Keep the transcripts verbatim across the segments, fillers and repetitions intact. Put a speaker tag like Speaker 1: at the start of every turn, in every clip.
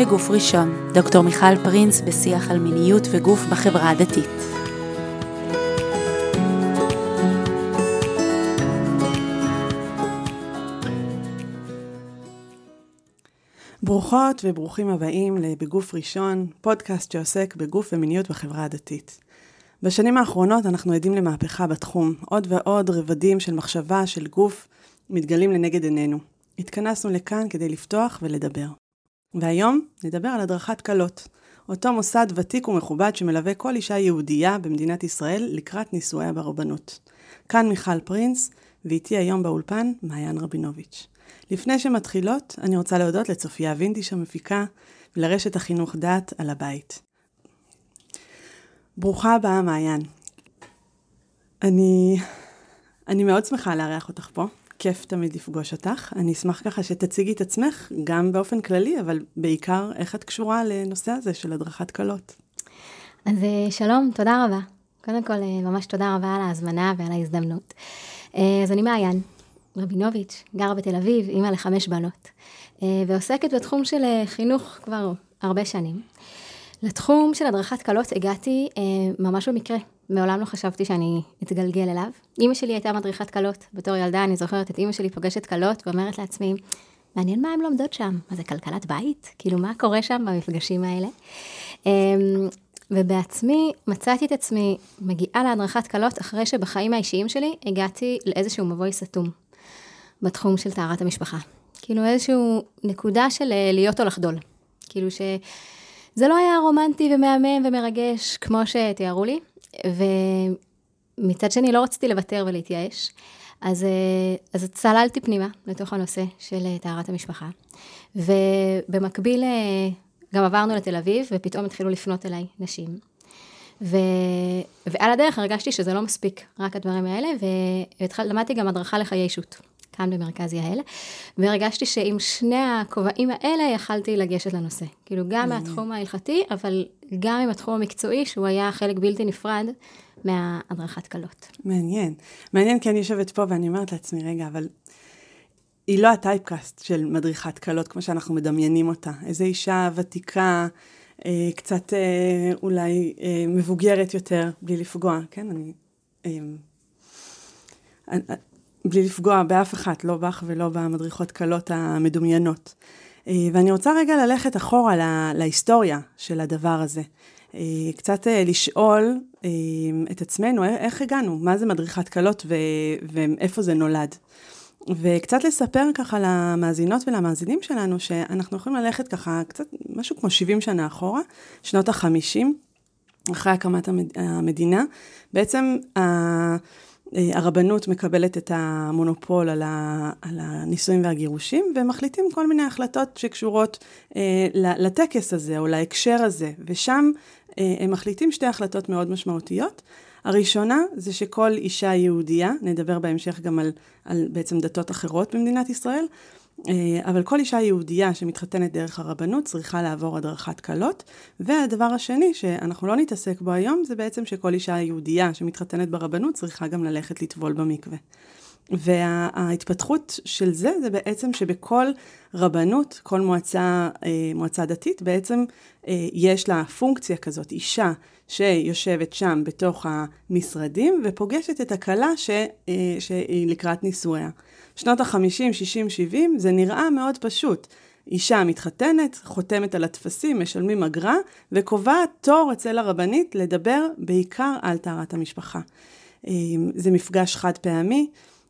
Speaker 1: מגוף ראשון, דוקטור מיכל פרינס בשיח על מיניות וגוף בחברה הדתית.
Speaker 2: ברוכות וברוכים הבאים לבגוף ראשון, פודקאסט שעוסק בגוף ומיניות בחברה הדתית. בשנים האחרונות אנחנו עדים למהפכה בתחום, עוד ועוד רבדים של מחשבה של גוף מתגלים לנגד עינינו. התכנסנו לכאן כדי לפתוח ולדבר. והיום נדבר על הדרכת כלות, אותו מוסד ותיק ומכובד שמלווה כל אישה יהודייה במדינת ישראל לקראת נישואיה ברבנות. כאן מיכל פרינס, ואיתי היום באולפן מעיין רבינוביץ'. לפני שמתחילות, אני רוצה להודות לצופיה וינדיש המפיקה ולרשת החינוך דת על הבית. ברוכה הבאה מעיין. אני, אני מאוד שמחה לארח אותך פה. כיף תמיד לפגוש אותך. אני אשמח ככה שתציגי את עצמך, גם באופן כללי, אבל בעיקר איך את קשורה לנושא הזה של הדרכת כלות.
Speaker 3: אז שלום, תודה רבה. קודם כל, ממש תודה רבה על ההזמנה ועל ההזדמנות. אז אני מעיין רבינוביץ', גרה בתל אביב, אימא לחמש בנות, ועוסקת בתחום של חינוך כבר הרבה שנים. לתחום של הדרכת כלות הגעתי ממש במקרה. מעולם לא חשבתי שאני אתגלגל אליו. אמא שלי הייתה מדריכת כלות. בתור ילדה אני זוכרת את אמא שלי פוגשת כלות ואומרת לעצמי, מעניין מה הן לומדות שם? מה זה כלכלת בית? כאילו מה קורה שם במפגשים האלה? ובעצמי מצאתי את עצמי מגיעה להדרכת כלות אחרי שבחיים האישיים שלי הגעתי לאיזשהו מבוי סתום בתחום של טהרת המשפחה. כאילו איזשהו נקודה של להיות או לחדול. כאילו שזה לא היה רומנטי ומהמם ומרגש כמו שתיארו לי. ומצד שני לא רציתי לוותר ולהתייאש, אז, אז צללתי פנימה לתוך הנושא של טהרת המשפחה, ובמקביל גם עברנו לתל אביב, ופתאום התחילו לפנות אליי נשים, ו, ועל הדרך הרגשתי שזה לא מספיק, רק הדברים האלה, ולמדתי גם הדרכה לחיי אישות, כאן במרכז יעל, והרגשתי שעם שני הכובעים האלה יכלתי לגשת לנושא, כאילו גם מהתחום ההלכתי, אבל גם עם התחום המקצועי, שהוא היה חלק בלתי נפרד מהדרכת כלות.
Speaker 2: מעניין. מעניין כי אני יושבת פה ואני אומרת לעצמי, רגע, אבל היא לא הטייפקאסט של מדריכת כלות, כמו שאנחנו מדמיינים אותה. איזו אישה ותיקה, אה, קצת אה, אולי אה, מבוגרת יותר, בלי לפגוע, כן? אני... אה, אה, בלי לפגוע באף אחת, לא בך ולא במדריכות כלות המדומיינות. ואני רוצה רגע ללכת אחורה לה, להיסטוריה של הדבר הזה. קצת לשאול את עצמנו, איך הגענו? מה זה מדריכת כלות ו- ואיפה זה נולד? וקצת לספר ככה למאזינות ולמאזינים שלנו, שאנחנו יכולים ללכת ככה קצת משהו כמו שבעים שנה אחורה, שנות החמישים, אחרי הקמת המדינה. בעצם ה... הרבנות מקבלת את המונופול על, ה, על הנישואים והגירושים, ומחליטים כל מיני החלטות שקשורות אה, לטקס הזה, או להקשר הזה, ושם אה, הם מחליטים שתי החלטות מאוד משמעותיות. הראשונה זה שכל אישה יהודייה, נדבר בהמשך גם על, על בעצם דתות אחרות במדינת ישראל, אבל כל אישה יהודייה שמתחתנת דרך הרבנות צריכה לעבור הדרכת כלות, והדבר השני שאנחנו לא נתעסק בו היום, זה בעצם שכל אישה יהודייה שמתחתנת ברבנות צריכה גם ללכת לטבול במקווה. וההתפתחות של זה, זה בעצם שבכל רבנות, כל מועצה, מועצה דתית, בעצם יש לה פונקציה כזאת, אישה שיושבת שם בתוך המשרדים, ופוגשת את הכלה שהיא לקראת נישואיה. שנות ה-חמישים, שישים, שבעים, זה נראה מאוד פשוט. אישה מתחתנת, חותמת על התפסים, משלמים אגרה, וקובעת תור אצל הרבנית לדבר בעיקר על טהרת המשפחה. זה מפגש חד פעמי,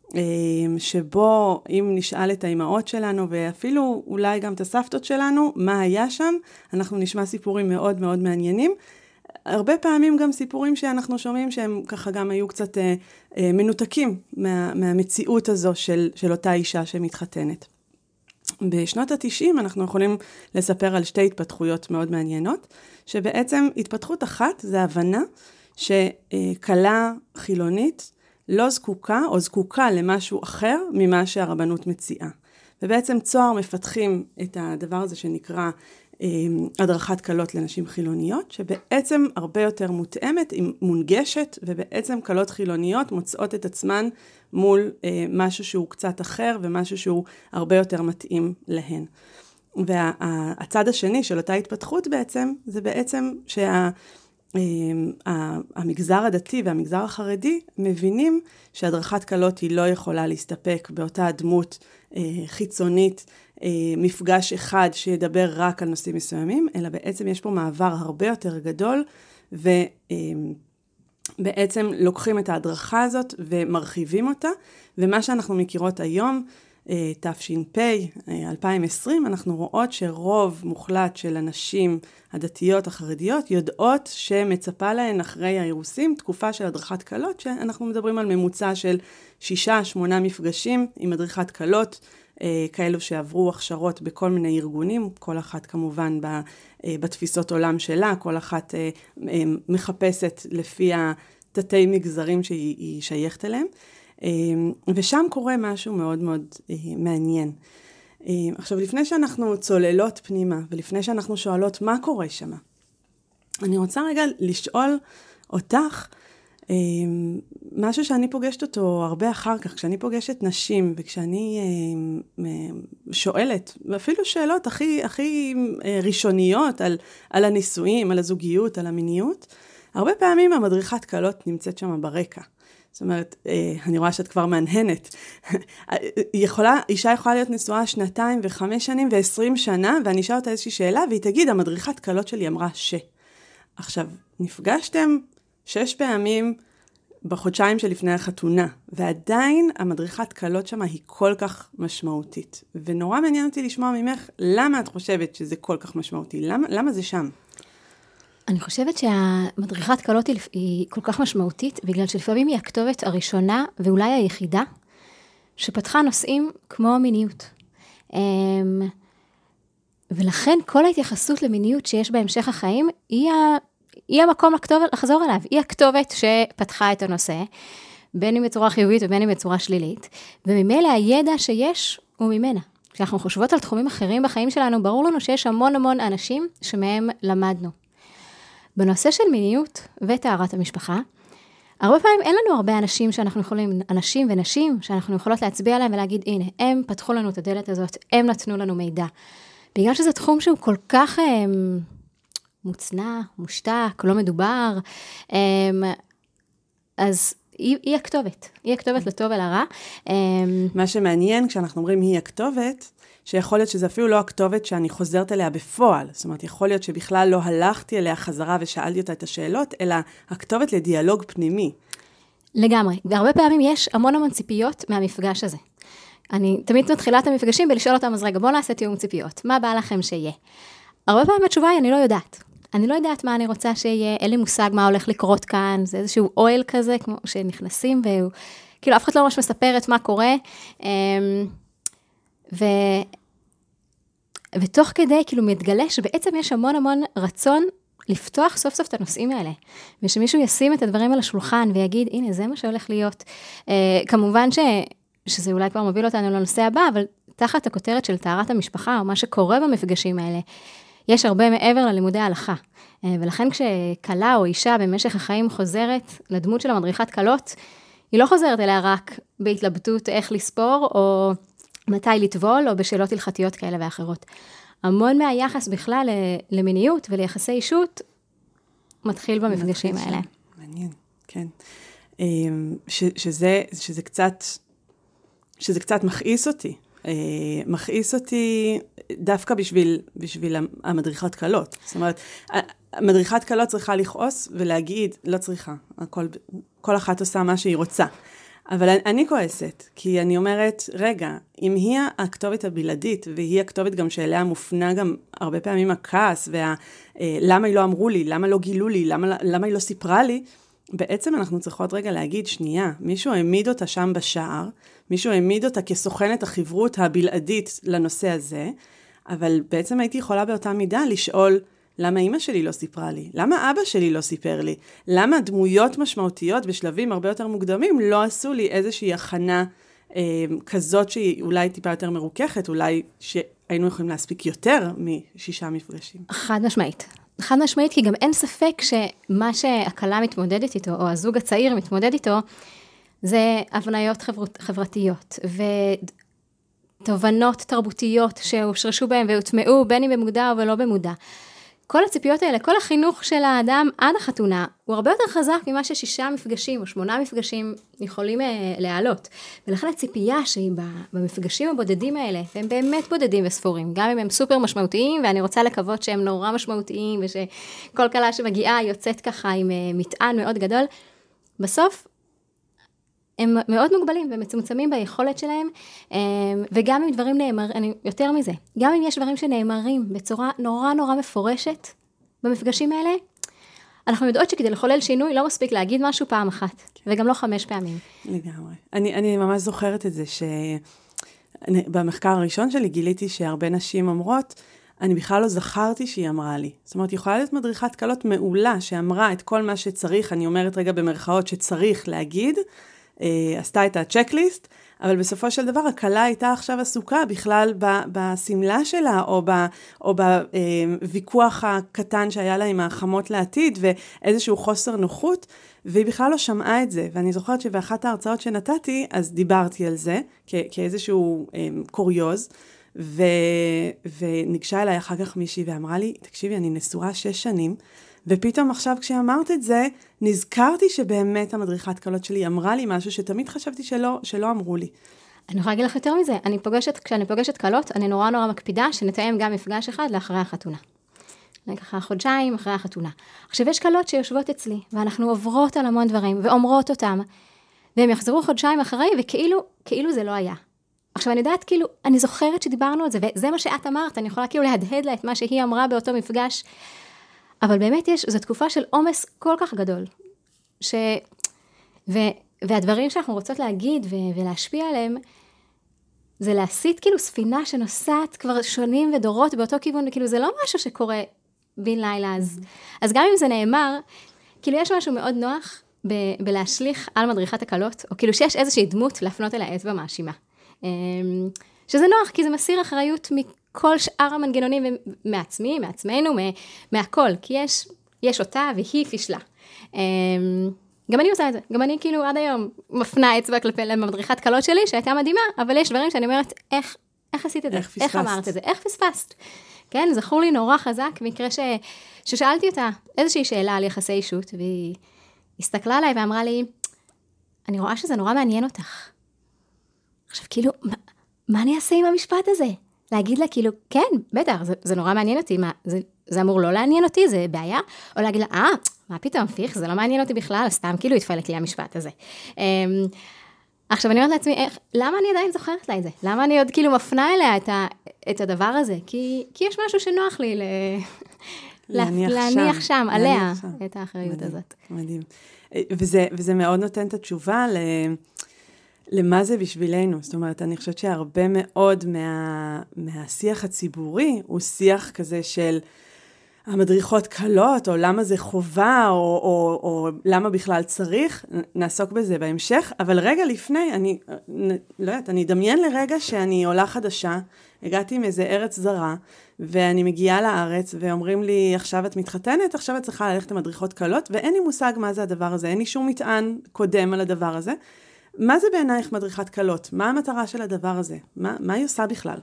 Speaker 2: שבו אם נשאל את האימהות שלנו, ואפילו אולי גם את הסבתות שלנו, מה היה שם, אנחנו נשמע סיפורים מאוד מאוד מעניינים. הרבה פעמים גם סיפורים שאנחנו שומעים שהם ככה גם היו קצת אה, אה, מנותקים מה, מהמציאות הזו של, של אותה אישה שמתחתנת. בשנות ה-תשעים אנחנו יכולים לספר על שתי התפתחויות מאוד מעניינות, שבעצם התפתחות אחת זה הבנה שכלה חילונית לא זקוקה או זקוקה למשהו אחר ממה שהרבנות מציעה. ובעצם צוהר מפתחים את הדבר הזה שנקרא הדרכת כלות לנשים חילוניות, שבעצם הרבה יותר מותאמת, מונגשת, ובעצם כלות חילוניות מוצאות את עצמן מול משהו שהוא קצת אחר, ומשהו שהוא הרבה יותר מתאים להן. והצד השני של אותה התפתחות בעצם, זה בעצם שהמגזר הדתי והמגזר החרדי מבינים שהדרכת קלות היא לא יכולה להסתפק באותה דמות חיצונית, מפגש אחד שידבר רק על נושאים מסוימים, אלא בעצם יש פה מעבר הרבה יותר גדול, ובעצם לוקחים את ההדרכה הזאת ומרחיבים אותה, ומה שאנחנו מכירות היום, תש"פ, אלפיים ועשרים, אנחנו רואות שרוב מוחלט של הנשים הדתיות החרדיות יודעות שמצפה להן אחרי האירוסים תקופה של הדרכת קלות, שאנחנו מדברים על ממוצע של שישה, שמונה מפגשים עם מדריכת קלות, כאלו שעברו הכשרות בכל מיני ארגונים, כל אחת כמובן בתפיסות עולם שלה, כל אחת מחפשת לפי התתי מגזרים שהיא שייכת אליהם, ושם קורה משהו מאוד מאוד מעניין. עכשיו, לפני שאנחנו צוללות פנימה, ולפני שאנחנו שואלות מה קורה שם, אני רוצה רגע לשאול אותך, משהו שאני פוגשת אותו הרבה אחר כך, כשאני פוגשת נשים, וכשאני שואלת, ואפילו שאלות הכי, הכי ראשוניות על, על הנישואים, על הזוגיות, על המיניות, הרבה פעמים המדריכת קלות נמצאת שם ברקע. זאת אומרת, אני רואה שאת כבר מהנהנת. יכולה, אישה יכולה להיות נשואה שנתיים וחמש שנים ועשרים שנה, ואני אשאל אותה איזושהי שאלה, והיא תגיד, המדריכת קלות שלי אמרה ש. עכשיו, נפגשתם שש פעמים בחודשיים שלפני החתונה, ועדיין המדריכת קלות שמה היא כל כך משמעותית. ונורא מעניין אותי לשמוע ממך, למה את חושבת שזה כל כך משמעותי? למה, למה זה שם?
Speaker 3: אני חושבת שהמדריכת קלות היא כל כך משמעותית, בגלל שלפעמים היא הכתובת הראשונה, ואולי היחידה, שפתחה נושאים כמו מיניות. ולכן כל ההתייחסות למיניות שיש בהמשך החיים, היא, ה... היא המקום לכתובת, לחזור אליו. היא הכתובת שפתחה את הנושא, בין אם בצורה חיובית ובין אם בצורה שלילית, וממילא הידע שיש הוא ממנה. כשאנחנו חושבות על תחומים אחרים בחיים שלנו, ברור לנו שיש המון המון אנשים שמהם למדנו. בנושא של מיניות וטהרת המשפחה, הרבה פעמים אין לנו הרבה אנשים שאנחנו יכולים, אנשים ונשים שאנחנו יכולות להצביע עליהם ולהגיד, הנה, הם פתחו לנו את הדלת הזאת, הם נתנו לנו מידע. בגלל שזה תחום שהוא כל כך הם, מוצנע, מושתק, לא מדובר, הם, אז היא, היא הכתובת, היא הכתובת לטוב ולרע.
Speaker 2: מה שמעניין כשאנחנו אומרים היא הכתובת, שיכול להיות שזה אפילו לא הכתובת שאני חוזרת אליה בפועל. זאת אומרת, יכול להיות שבכלל לא הלכתי אליה חזרה ושאלתי אותה את השאלות, אלא הכתובת לדיאלוג פנימי.
Speaker 3: לגמרי. והרבה פעמים יש המון המון ציפיות מהמפגש הזה. אני תמיד מתחילה את המפגשים בלשאול אותם, אז רגע, בוא נעשה תיאום ציפיות. מה בא לכם שיהיה? הרבה פעמים התשובה היא, אני לא יודעת. אני לא יודעת מה אני רוצה שיהיה, אין לי מושג מה הולך לקרות כאן, זה איזשהו אוהל כזה, כמו שנכנסים, והוא, כאילו, אף אחד לא ממש מספרת מה קורה, ו... ותוך כדי, כאילו, מתגלה שבעצם יש המון המון רצון לפתוח סוף סוף את הנושאים האלה, ושמישהו ישים את הדברים על השולחן ויגיד, הנה, זה מה שהולך להיות. כמובן ש... שזה אולי כבר מוביל אותנו לנושא הבא, אבל תחת הכותרת של טהרת המשפחה, או מה שקורה במפגשים האלה, יש הרבה מעבר ללימודי ההלכה. ולכן כשקלה או אישה במשך החיים חוזרת לדמות של המדריכת קלות, היא לא חוזרת אליה רק בהתלבטות איך לספור, או מתי לטבול, או בשאלות הלכתיות כאלה ואחרות. המון מהיחס בכלל למיניות וליחסי אישות, מתחיל במפגשים האלה.
Speaker 2: מעניין, כן. שזה, שזה קצת, שזה קצת מכעיס אותי. מכעיס אותי דווקא בשביל, בשביל המדריכת קלות. זאת אומרת, המדריכת קלות צריכה לכעוס ולהגיד, לא צריכה, הכל, כל אחת עושה מה שהיא רוצה. אבל אני, אני כועסת, כי אני אומרת, רגע, אם היא הכתובת הבלעדית, והיא הכתובת גם שאליה מופנה גם הרבה פעמים הכעס, ולמה היא לא אמרו לי, למה לא גילו לי, למה, למה היא לא סיפרה לי, בעצם אנחנו צריכות רגע להגיד, שנייה, מישהו העמיד אותה שם בשער, מישהו העמיד אותה כסוכנת החברות הבלעדית לנושא הזה, אבל בעצם הייתי יכולה באותה מידה לשאול, למה אמא שלי לא סיפרה לי? למה אבא שלי לא סיפר לי? למה דמויות משמעותיות בשלבים הרבה יותר מוקדמים לא עשו לי איזושהי הכנה אה, כזאת שהיא אולי טיפה יותר מרוככת, אולי שהיינו יכולים להספיק יותר משישה מפגשים?
Speaker 3: חד משמעית. חד משמעית, כי גם אין ספק שמה שהקלה מתמודדת איתו, או הזוג הצעיר מתמודד איתו, זה הבניות חברות, חברתיות. תובנות תרבותיות שהושרשו בהם והוטמעו בין אם במודע או ולא במודע. כל הציפיות האלה, כל החינוך של האדם עד החתונה, הוא הרבה יותר חזק ממה ששישה מפגשים או שמונה מפגשים יכולים אה, להעלות. ולכן הציפייה שהיא במפגשים הבודדים האלה, והם באמת בודדים וספורים, גם אם הם סופר משמעותיים, ואני רוצה לקוות שהם נורא משמעותיים, ושכל קלה שמגיעה יוצאת ככה עם אה, מטען מאוד גדול, בסוף הם מאוד מוגבלים ומצומצמים ביכולת שלהם, וגם אם דברים נאמרים, יותר מזה, גם אם יש דברים שנאמרים בצורה נורא נורא מפורשת במפגשים האלה, אנחנו יודעות שכדי לחולל שינוי לא מספיק להגיד משהו פעם אחת, וגם לא חמש פעמים.
Speaker 2: לגמרי. אני, אני ממש זוכרת את זה שבמחקר הראשון שלי גיליתי שהרבה נשים אומרות, אני בכלל לא זכרתי שהיא אמרה לי. זאת אומרת, יכולה להיות מדריכת קלות מעולה שאמרה את כל מה שצריך, אני אומרת רגע במרכאות שצריך להגיד, עשתה את הצ'קליסט, אבל בסופו של דבר הקלה הייתה עכשיו עסוקה בכלל בסמלה שלה, או, ב, או בוויכוח הקטן שהיה לה עם החמות לעתיד, ואיזשהו חוסר נוחות, והיא בכלל לא שמעה את זה. ואני זוכרת שבאחת ההרצאות שנתתי, אז דיברתי על זה, כ- כאיזשהו קוריוז, ו, וניגשה אליי אחר כך מישהי ואמרה לי, תקשיבי, אני נשואה שש שנים, ופתאום עכשיו כשאמרת את זה, נזכרתי שבאמת המדריכת קלות שלי אמרה לי משהו שתמיד חשבתי שלא, שלא אמרו לי.
Speaker 3: אני יכולה להגיד לך יותר מזה, אני פוגשת, כשאני פוגשת קלות, אני נורא נורא מקפידה שנתאם גם מפגש אחד לאחרי החתונה. ככה חודשיים אחרי החתונה. עכשיו יש קלות שיושבות אצלי, ואנחנו עוברות על המון דברים, ואומרות אותם, והם יחזרו חודשיים אחרי, וכאילו, כאילו זה לא היה. עכשיו אני יודעת, כאילו, אני זוכרת שדיברנו על זה, וזה מה שאת אמרת, אני יכולה כאילו להדהד לה את מה שהיא אמרה באותו מפגש, אבל באמת יש, זו תקופה של עומס כל כך גדול, ש... ו... והדברים שאנחנו רוצות להגיד ו... ולהשפיע עליהם, זה להסיט כאילו ספינה שנוסעת כבר שונים ודורות באותו כיוון, וכאילו זה לא משהו שקורה בין לילה, אז, אז גם אם זה נאמר, כאילו יש משהו מאוד נוח ב... בלהשליך על מדריכת הקלות, או כאילו שיש איזושהי דמות להפנות אל האצבע מאשימה. שזה נוח, כי זה מסיר אחריות מכל שאר המנגנונים, מעצמי, מעצמנו, מהכל, כי יש, יש אותה והיא פישלה. גם אני עושה את זה, גם אני כאילו עד היום מפנה אצבע כלפי למדריכת קלות שלי, שהייתה מדהימה, אבל יש דברים שאני אומרת, איך, איך עשית את זה? איך, איך אמרת את זה? איך פספסת? כן, זכור לי נורא חזק, מקרה ש, ששאלתי אותה איזושהי שאלה על יחסי אישות, והיא הסתכלה עליי ואמרה לי, אני רואה שזה נורא מעניין אותך. עכשיו, כאילו, מה, מה אני אעשה עם המשפט הזה? להגיד לה, כאילו, כן, בטח, זה, זה נורא מעניין אותי, מה, זה, זה אמור לא לעניין אותי, זה בעיה? או להגיד לה, אה, מה פתאום, פיך, זה לא מעניין אותי בכלל, סתם כאילו התפלק לי המשפט הזה. עכשיו, אני אומרת לעצמי, איך, למה אני עדיין זוכרת לה את זה? למה אני עוד כאילו מפנה אליה את, ה, את הדבר הזה? כי, כי יש משהו שנוח לי ל,
Speaker 2: להניח,
Speaker 3: להניח שם, שם עליה,
Speaker 2: שם.
Speaker 3: את האחריות
Speaker 2: מדהים,
Speaker 3: הזאת.
Speaker 2: מדהים. וזה, וזה מאוד נותן את התשובה ל... למה זה בשבילנו? זאת אומרת, אני חושבת שהרבה מאוד מה, מהשיח הציבורי הוא שיח כזה של המדריכות קלות, או למה זה חובה, או, או, או למה בכלל צריך, נעסוק בזה בהמשך, אבל רגע לפני, אני לא יודעת, אני אדמיין לרגע שאני עולה חדשה, הגעתי מאיזה ארץ זרה, ואני מגיעה לארץ, ואומרים לי, עכשיו את מתחתנת, עכשיו את צריכה ללכת למדריכות קלות, ואין לי מושג מה זה הדבר הזה, אין לי שום מטען קודם על הדבר הזה, מה זה בעינייך מדריכת קלות? מה המטרה של הדבר הזה? מה, מה היא עושה בכלל?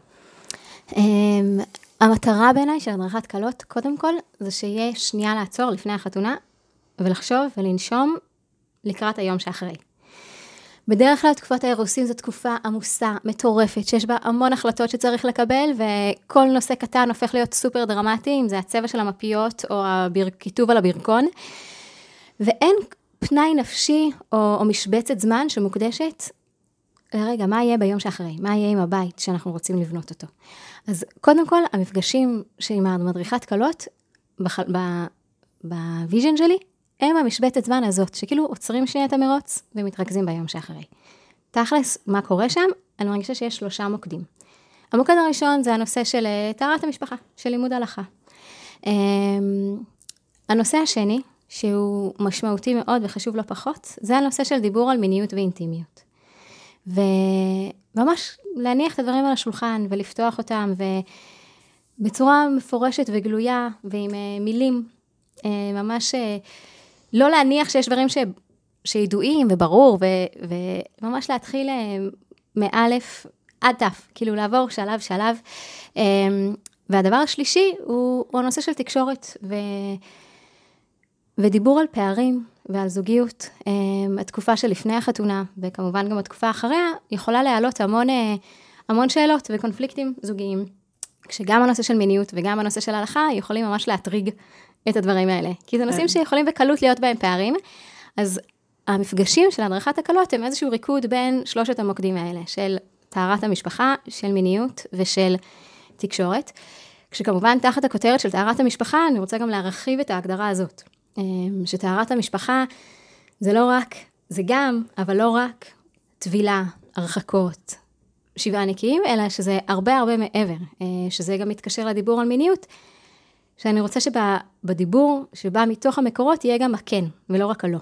Speaker 3: המטרה בעיניי של מדריכת קלות, קודם כל, זה שיהיה שנייה לעצור לפני החתונה, ולחשוב ולנשום לקראת היום שאחרי. בדרך כלל תקופת האירוסין זו תקופה עמוסה, מטורפת, שיש בה המון החלטות שצריך לקבל, וכל נושא קטן הופך להיות סופר דרמטי, אם זה הצבע של המפיות, או הכיתוב על הברכון, ואין פנאי נפשי או, או משבצת זמן שמוקדשת, רגע, מה יהיה ביום שאחרי? מה יהיה עם הבית שאנחנו רוצים לבנות אותו? אז קודם כל, המפגשים שעם המדריכת קלות, בוויז'ן שלי, הם המשבצת זמן הזאת, שכאילו עוצרים שנייה את המרוץ, ומתרכזים ביום שאחרי. תכלס, מה קורה שם? אני מרגישה שיש שלושה מוקדים. המוקד הראשון זה הנושא של טהרת המשפחה, של לימוד הלכה. הנושא השני, שהוא משמעותי מאוד וחשוב לא פחות, זה הנושא של דיבור על מיניות ואינטימיות. וממש להניח את הדברים על השולחן ולפתוח אותם, ובצורה מפורשת וגלויה ועם מילים, ממש לא להניח שיש דברים ש... שידועים וברור, ו... וממש להתחיל מאלף עד תף, כאילו לעבור שלב שלב. והדבר השלישי הוא, הוא הנושא של תקשורת ו, ודיבור על פערים ועל זוגיות. התקופה שלפני החתונה, וכמובן גם התקופה אחריה, יכולה להעלות המון, המון שאלות וקונפליקטים זוגיים, כשגם הנושא של מיניות וגם הנושא של הלכה יכולים ממש להטריג את הדברים האלה. כי זה נושאים שיכולים בקלות להיות בהם פערים, אז המפגשים של הדרכת הקלות הם איזשהו ריקוד בין שלושת המוקדים האלה, של טהרת המשפחה, של מיניות ושל תקשורת. כשכמובן תחת הכותרת של טהרת המשפחה, אני רוצה גם להרחיב את ההגדרה הזאת. שטהרת המשפחה זה לא רק, זה גם, אבל לא רק טבילה, הרחקות, שבעה נקיים, אלא שזה הרבה הרבה מעבר, שזה גם מתקשר לדיבור על מיניות, שאני רוצה שבדיבור שבא מתוך המקורות יהיה גם הכן, ולא רק הלא.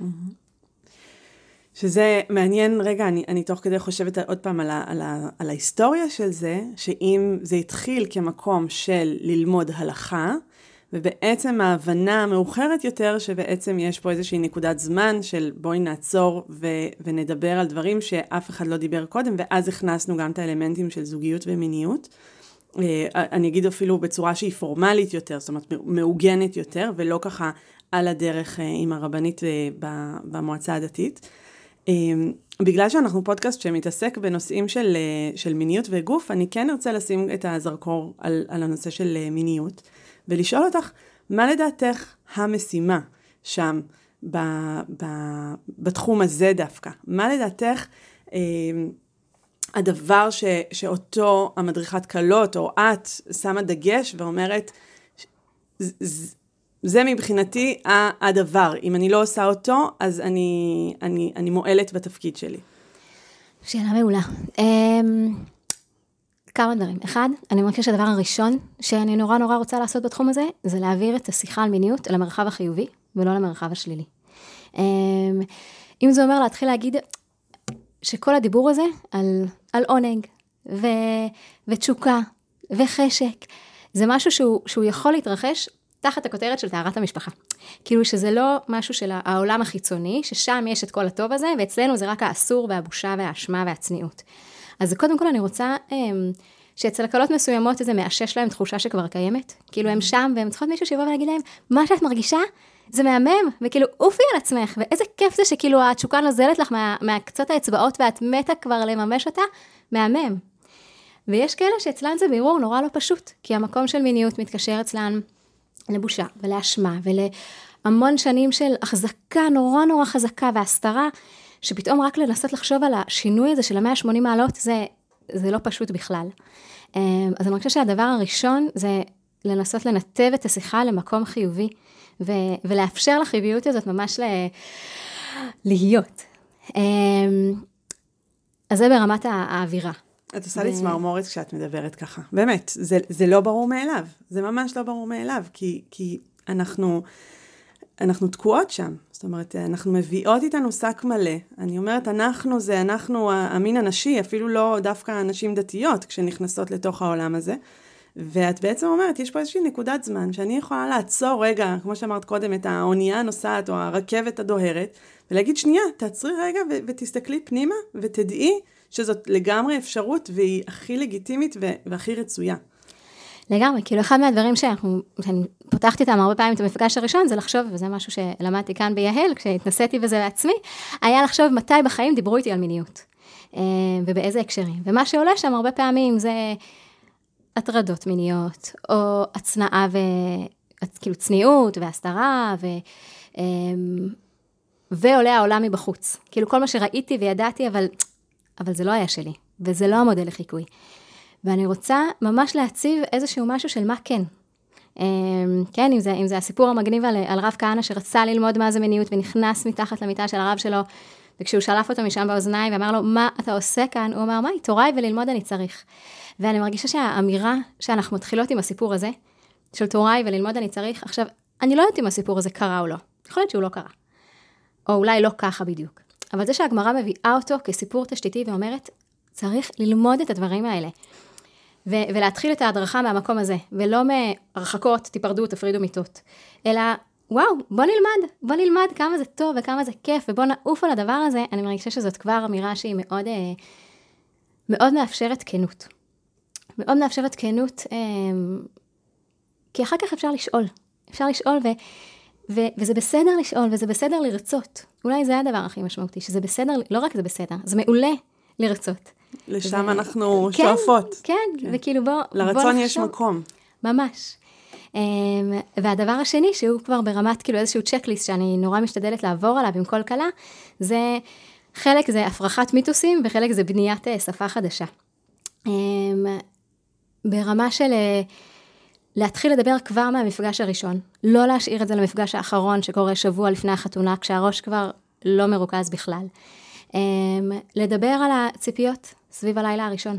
Speaker 2: שזה מעניין, רגע, אני, אני תוך כדי חושבת עוד פעם על, ה, על, ה, על ההיסטוריה של זה, שאם זה התחיל כמקום של ללמוד הלכה, ובעצם ההבנה המאוחרת יותר, שבעצם יש פה איזושהי נקודת זמן של בואי נעצור ו, ונדבר על דברים שאף אחד לא דיבר קודם, ואז הכנסנו גם את האלמנטים של זוגיות ומיניות. אני אגיד אפילו בצורה שהיא פורמלית יותר, זאת אומרת מעוגנת יותר, ולא ככה על הדרך עם הרבנית במועצה הדתית. בגלל שאנחנו פודקאסט שמתעסק בנושאים של, של מיניות וגוף, אני כן ארצה לשים את הזרקור על, על הנושא של מיניות, ולשאול אותך, מה לדעתך המשימה שם ב, ב, בתחום הזה דווקא? מה לדעתך אה, הדבר ש, שאותו המדריכת קלות או את שמה דגש ואומרת, ז, זה מבחינתי הדבר. אם אני לא עושה אותו, אז אני, אני, אני מועלת בתפקיד שלי.
Speaker 3: שאלה מעולה. כמה דברים. אחד, אני מרגישה שהדבר הראשון שאני נורא נורא רוצה לעשות בתחום הזה, זה להעביר את השיחה על מיניות למרחב החיובי, ולא למרחב השלילי. אם זה אומר להתחיל להגיד שכל הדיבור הזה על, על עונג ו, ותשוקה וחשק, זה משהו שהוא, שהוא יכול להתרחש תחת הכותרת של טהרת המשפחה. כאילו שזה לא משהו של העולם החיצוני, ששם יש את כל הטוב הזה, ואצלנו זה רק האסור והבושה והאשמה והצניעות. אז קודם כל אני רוצה שאצל הקלות מסוימות זה מאשש להם תחושה שכבר קיימת. כאילו הם שם והם צריכות מישהו שיבוא ולהגיד להם, מה שאת מרגישה זה מהמם, וכאילו אופי על עצמך, ואיזה כיף זה שכאילו התשוקה נוזלת לך מה, מהקצות האצבעות ואת מתה כבר לממש אותה, מהמם. ויש כאלה שאצלן זה בירור נורא לא פשוט, כי המקום של מיניות מתקשר אצלן לבושה ולאשמה ולהמון שנים של החזקה נורא נורא חזקה והסתרה, שפתאום רק לנסות לחשוב על השינוי הזה של ה-מאה ושמונים מעלות, זה, זה לא פשוט בכלל. אז אני חושבת שהדבר הראשון זה לנסות לנתב את השיחה למקום חיובי, ו- ולאפשר לחיוביות הזאת ממש ל- להיות. אז זה ברמת האווירה.
Speaker 2: את עושה לי צמרמורת כשאת מדברת ככה. באמת, זה, זה לא ברור מאליו. זה ממש לא ברור מאליו, כי, כי אנחנו, אנחנו תקועות שם. זאת אומרת, אנחנו מביאות איתנו שק מלא. אני אומרת, אנחנו זה, אנחנו המין הנשי, אפילו לא דווקא אנשים דתיות, כשנכנסות לתוך העולם הזה. ואת בעצם אומרת, יש פה איזושהי נקודת זמן, שאני יכולה לעצור רגע, כמו שאמרת קודם, את האונייה הנוסעת, או הרכבת הדוהרת, ולהגיד, שנייה, תעצרי רגע, ו- ותסתכלי פנימה, ותדעי שזאת לגמרי אפשרות, והיא הכי לגיטימית, ו- והכי רצויה.
Speaker 3: לגמרי, כאילו אחד מהדברים שאנחנו, שאני פותחתי איתם הרבה פעמים את המפגש הראשון, זה לחשוב, וזה משהו שלמדתי כאן ביהל, כשהתנסיתי בזה בעצמי, היה לחשוב מתי בחיים דיברו איתי על מיניות, ובאיזה הקשרים. ומה שעולה שם הרבה פעמים זה הטרדות מיניות, או הצנעה ו... כאילו צניעות והסתרה, ו... ועולה העולם מבחוץ. כאילו כל מה שראיתי וידעתי, אבל, אבל זה לא היה שלי, וזה לא המודל לחיקוי. ואני רוצה ממש להציב איזשהו משהו של מה כן. כן, אם זה, אם זה הסיפור המגניב על, על רב כהנא שרצה ללמוד מה זה מיניות, ונכנס מתחת למיטה של הרב שלו, וכשהוא שלף אותו משם באוזניים, ואמר לו, מה אתה עושה כאן? הוא אמר, מה, תוריי וללמוד אני צריך. ואני מרגישה שהאמירה שאנחנו מתחילות עם הסיפור הזה, של תוריי וללמוד אני צריך, עכשיו, אני לא יודעת אם הסיפור הזה קרה או לא. יכול להיות שהוא לא קרה. או אולי לא ככה בדיוק. אבל זה שהגמרא מביאה אותו כסיפור תשתיתי ואומרת, צריך ללמוד את הדברים האלה. ו- ולהתחיל את ההדרכה מהמקום הזה, ולא מהרחקות, תיפרדו, תפרידו מיטות. אלא, וואו, בוא נלמד, בוא נלמד כמה זה טוב וכמה זה כיף, ובוא נעוף על הדבר הזה. אני מרגישה שזאת כבר אמירה שהיא מאוד, מאוד מאפשרת כנות. מאוד מאפשרת כנות, כי אחר כך אפשר לשאול. אפשר לשאול, ו, ו, וזה בסדר לשאול, וזה בסדר לרצות. אולי זה הדבר הכי משמעותי, שזה בסדר, לא רק זה בסדר, זה מעולה לרצות.
Speaker 2: לשם
Speaker 3: ו...
Speaker 2: אנחנו
Speaker 3: כן,
Speaker 2: שואפות.
Speaker 3: כן, כן, וכאילו בוא,
Speaker 2: לרצון
Speaker 3: בוא
Speaker 2: יש מקום.
Speaker 3: ממש. והדבר השני, שהוא כבר ברמת כאילו איזשהו צ'קליסט, שאני נורא משתדלת לעבור עליו עם כל קלה, זה חלק זה הפרחת מיתוסים, וחלק זה בניית שפה חדשה. ברמה של להתחיל לדבר כבר מהמפגש הראשון, לא להשאיר את זה למפגש האחרון שקורה שבוע לפני החתונה, כשהראש כבר לא מרוכז בכלל. לדבר על הציפיות סביב הלילה הראשון.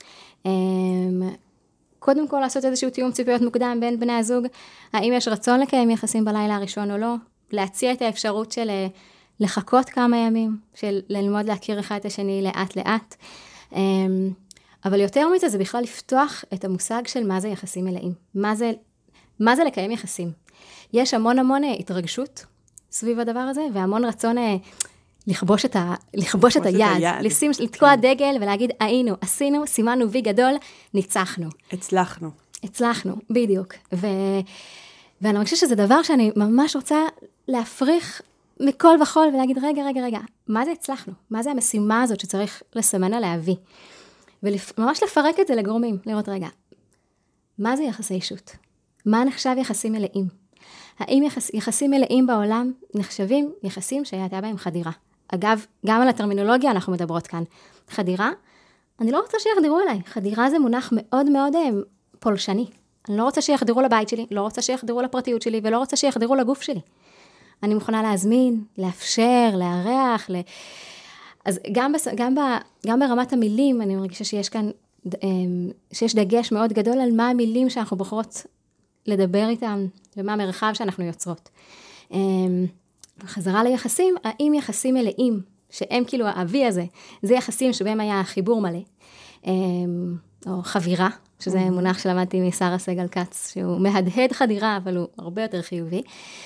Speaker 3: קודם כל לעשות איזשהו תיאום ציפיות מוקדם בין בני הזוג, האם יש רצון לקיים יחסים בלילה הראשון או לא, להציע את האפשרות של לחכות כמה ימים, של ללמוד להכיר אחד את השני לאט לאט. אבל יותר מזה, זה בכלל לפתוח את המושג של מה זה יחסים מלאים. מה זה, מה זה לקיים יחסים. יש המון המון התרגשות סביב הדבר הזה, והמון רצון לכבוש את, ה, לכבוש את היד, היד. לשים, לתקוע דגל ולהגיד, היינו, עשינו, סימנו וי גדול, ניצחנו.
Speaker 2: הצלחנו.
Speaker 3: הצלחנו, בדיוק. ו, ואני חושבת שזה דבר שאני ממש רוצה להפריך מכל וכל, ולהגיד, רגע, רגע, רגע, מה זה הצלחנו? מה זה המשימה הזאת שצריך לסמן עליה וי? וממש לפרק את זה לגורמים, לראות רגע, מה זה יחסי אישות? מה נחשב יחסים מלאים? האם יחס, יחסים מלאים בעולם נחשבים יחסים שהייתה בהם חדירה? אגב, גם על הטרמינולוגיה אנחנו מדברות כאן. חדירה, אני לא רוצה שיחדרו אליי. חדירה זה מונח מאוד מאוד פולשני. אני לא רוצה שיחדרו לבית שלי, לא רוצה שיחדרו לפרטיות שלי, ולא רוצה שיחדרו לגוף שלי. אני מוכנה להזמין, לאפשר, לארח, ל... אז גם, בס... גם, ב... גם ברמת המילים, אני מרגישה שיש כאן, שיש דגש מאוד גדול על מה המילים שאנחנו בוחרות לדבר איתם, ומה המרחב שאנחנו יוצרות. חזרה ליחסים, האם יחסים מלאים, שהם כאילו האבי הזה, זה יחסים שבהם היה חיבור מלא, או חבירה, שזה מונח שלמדתי משרה סגל קץ, שהוא מהדהד חדירה, אבל הוא הרבה יותר חיובי.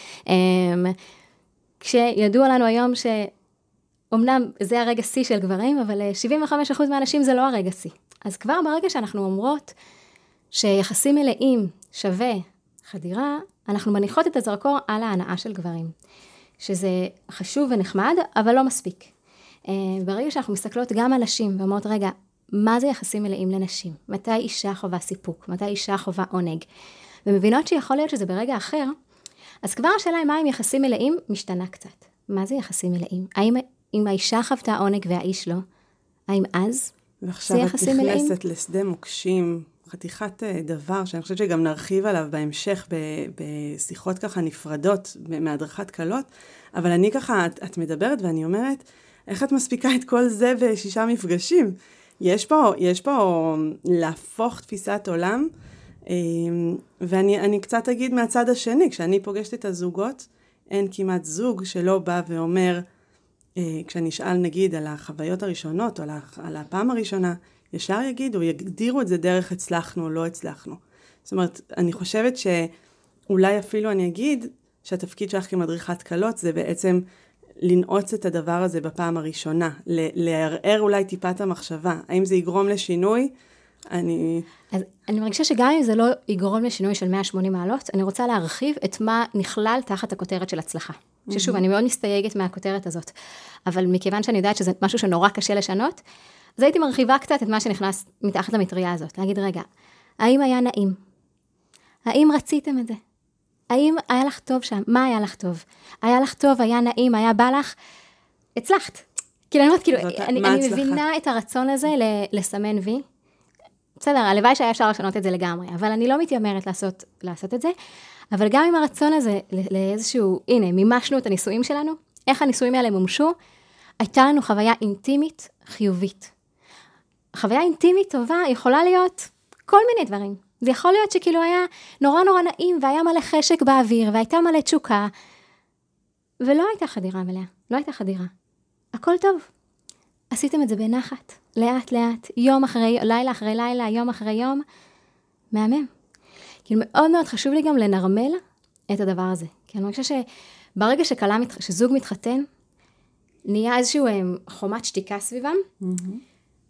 Speaker 3: כשידוע לנו היום שאומנם זה הרגע C של גברים, אבל שבעים וחמישה אחוז מהאנשים זה לא הרגע C. אז כבר ברגע שאנחנו אומרות שיחסים מלאים שווה חדירה, אנחנו מניחות את הזרקור על ההנאה של גברים. שזה חשוב ונחמד, אבל לא מספיק. ברגע שאנחנו מסתכלות גם על נשים, ואומרות, רגע, מה זה יחסים מלאים לנשים? מתי אישה חובה סיפוק? מתי אישה חובה עונג? ומבינות שיכול להיות שזה ברגע אחר, אז כבר השאלה היא מה עם יחסים מלאים משתנה קצת. מה זה יחסים מלאים? האם אם האישה חוותה עונג והאיש לא? האם אז זה יחסים מלאים?
Speaker 2: ועכשיו את נכנסת לשדה מוקשים, חתיכת דבר, שאני חושבת שגם נרחיב עליו בהמשך, בשיחות ככה נפרדות, מהדרכת קלות, אבל אני ככה, את, את מדברת ואני אומרת, איך את מספיקה את כל זה בשישה מפגשים? יש פה, יש פה להפוך תפיסת עולם, ואני אני קצת אגיד מהצד השני, כשאני פוגשת את הזוגות, אין כמעט זוג שלא בא ואומר, כשאני אשאל נגיד על החוויות הראשונות, או על הפעם הראשונה, ישר יגידו, יגדירו את זה דרך הצלחנו או לא הצלחנו. זאת אומרת, אני חושבת שאולי אפילו אני אגיד, שהתפקיד שלך כמדריכת קלות, זה בעצם לנעוץ את הדבר הזה בפעם הראשונה, לערער אולי טיפת המחשבה. האם זה יגרום לשינוי? אני...
Speaker 3: אז אני מרגישה שגם אם זה לא יגרום לשינוי של מאה ושמונים מעלות, אני רוצה להרחיב את מה נכלל תחת הכותרת של הצלחה. ששוב, אני מאוד מסתייגת מהכותרת הזאת, אבל מכיוון שאני יודעת שזה משהו שנורא קשה לשנות, אז הייתי מרחיבה קצת את מה שנכנס מתחת למטריה הזאת. להגיד, רגע, האם היה נעים? האם רציתם את זה? האם היה לך טוב שם? מה היה לך טוב? היה לך טוב, היה נעים, היה בא לך? הצלחת. כאילו, אני אומרת, כאילו, אני, אני מבינה את הרצון הזה לסמן וי. בסדר, הלוואי שהיה אפשר לשנות את זה לגמרי, אבל אני לא מתיימרת לעשות, לעשות את זה. אבל גם עם הרצון הזה לאיזשהו, הנה, מימשנו את הניסויים שלנו, איך הניסויים האלה מומשו, הייתה לנו חוויה אינטימית חיובית. חוויה אינטימית טובה יכולה להיות כל מיני דברים. זה יכול להיות שכאילו היה נורא נורא נעים, והיה מלא חשק באוויר, והייתה מלא תשוקה, ולא הייתה חדירה מלאה, לא הייתה חדירה. הכל טוב. עשיתם את זה בנחת, לאט לאט, יום אחרי, לילה אחרי לילה, יום אחרי יום, מהמם. כאילו מאוד מאוד חשוב לי גם לנרמל את הדבר הזה. כי אני חושבת שברגע שקלה, שזוג מתחתן, נהיה איזשהו חומת שתיקה סביבם,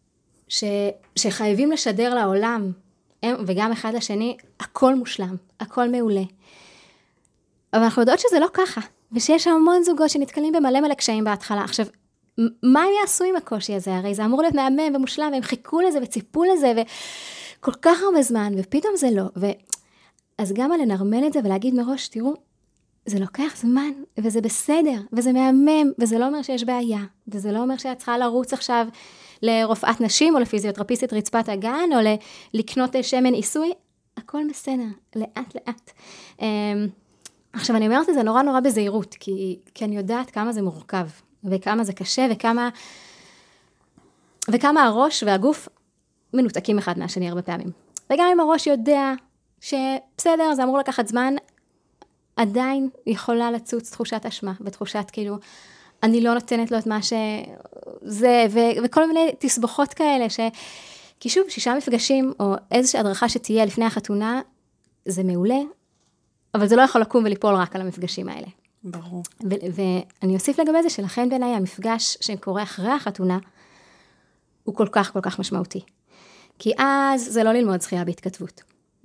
Speaker 3: ש, שחייבים לשדר לעולם, הם, וגם אחד לשני, הכל מושלם, הכל מעולה. אבל אנחנו יודעות שזה לא ככה, ושיש המון זוגות שנתקלים במלא מלא קשיים בהתחלה. עכשיו, מה הם יעשו עם הקושי הזה? הרי זה אמור להיות מהמם ומושלם, והם חיכו לזה וציפו לזה, וכל כך הרבה זמן, ופתאום זה לא. ו... אז גם על לנרמל את זה ולהגיד מראש, תראו, זה לוקח זמן, וזה בסדר, וזה מהמם, וזה לא אומר שיש בעיה, וזה לא אומר שאת צריכה לרוץ עכשיו לרופאת נשים, או לפיזיותרפיסטית רצפת הגן, או לקנות שמן עיסוי, הכל בסדר, לאט לאט. עכשיו, אני אומרת את זה נורא נורא בזהירות, כי, כי אני יודעת כמה זה מורכב, וכמה זה קשה, וכמה, וכמה הראש והגוף מנותקים אחד מהשני הרבה פעמים. וגם אם הראש יודע שבסדר, זה אמור לקחת זמן, עדיין יכולה לצוץ תחושת אשמה, ותחושת כאילו, אני לא נותנת לו את מה שזה, ו- וכל מיני תסבוכות כאלה, ש... כי שוב, שישה מפגשים, או איזושהי הדרכה שתהיה לפני החתונה, זה מעולה, אבל זה לא יכול לקום וליפול רק על המפגשים האלה.
Speaker 2: ברור.
Speaker 3: ו- ואני אוסיף לגבי זה, שלכן בעיניי המפגש שקורה אחרי החתונה, הוא כל כך כל כך משמעותי. כי אז זה לא ללמוד זכייה בהתכתבות.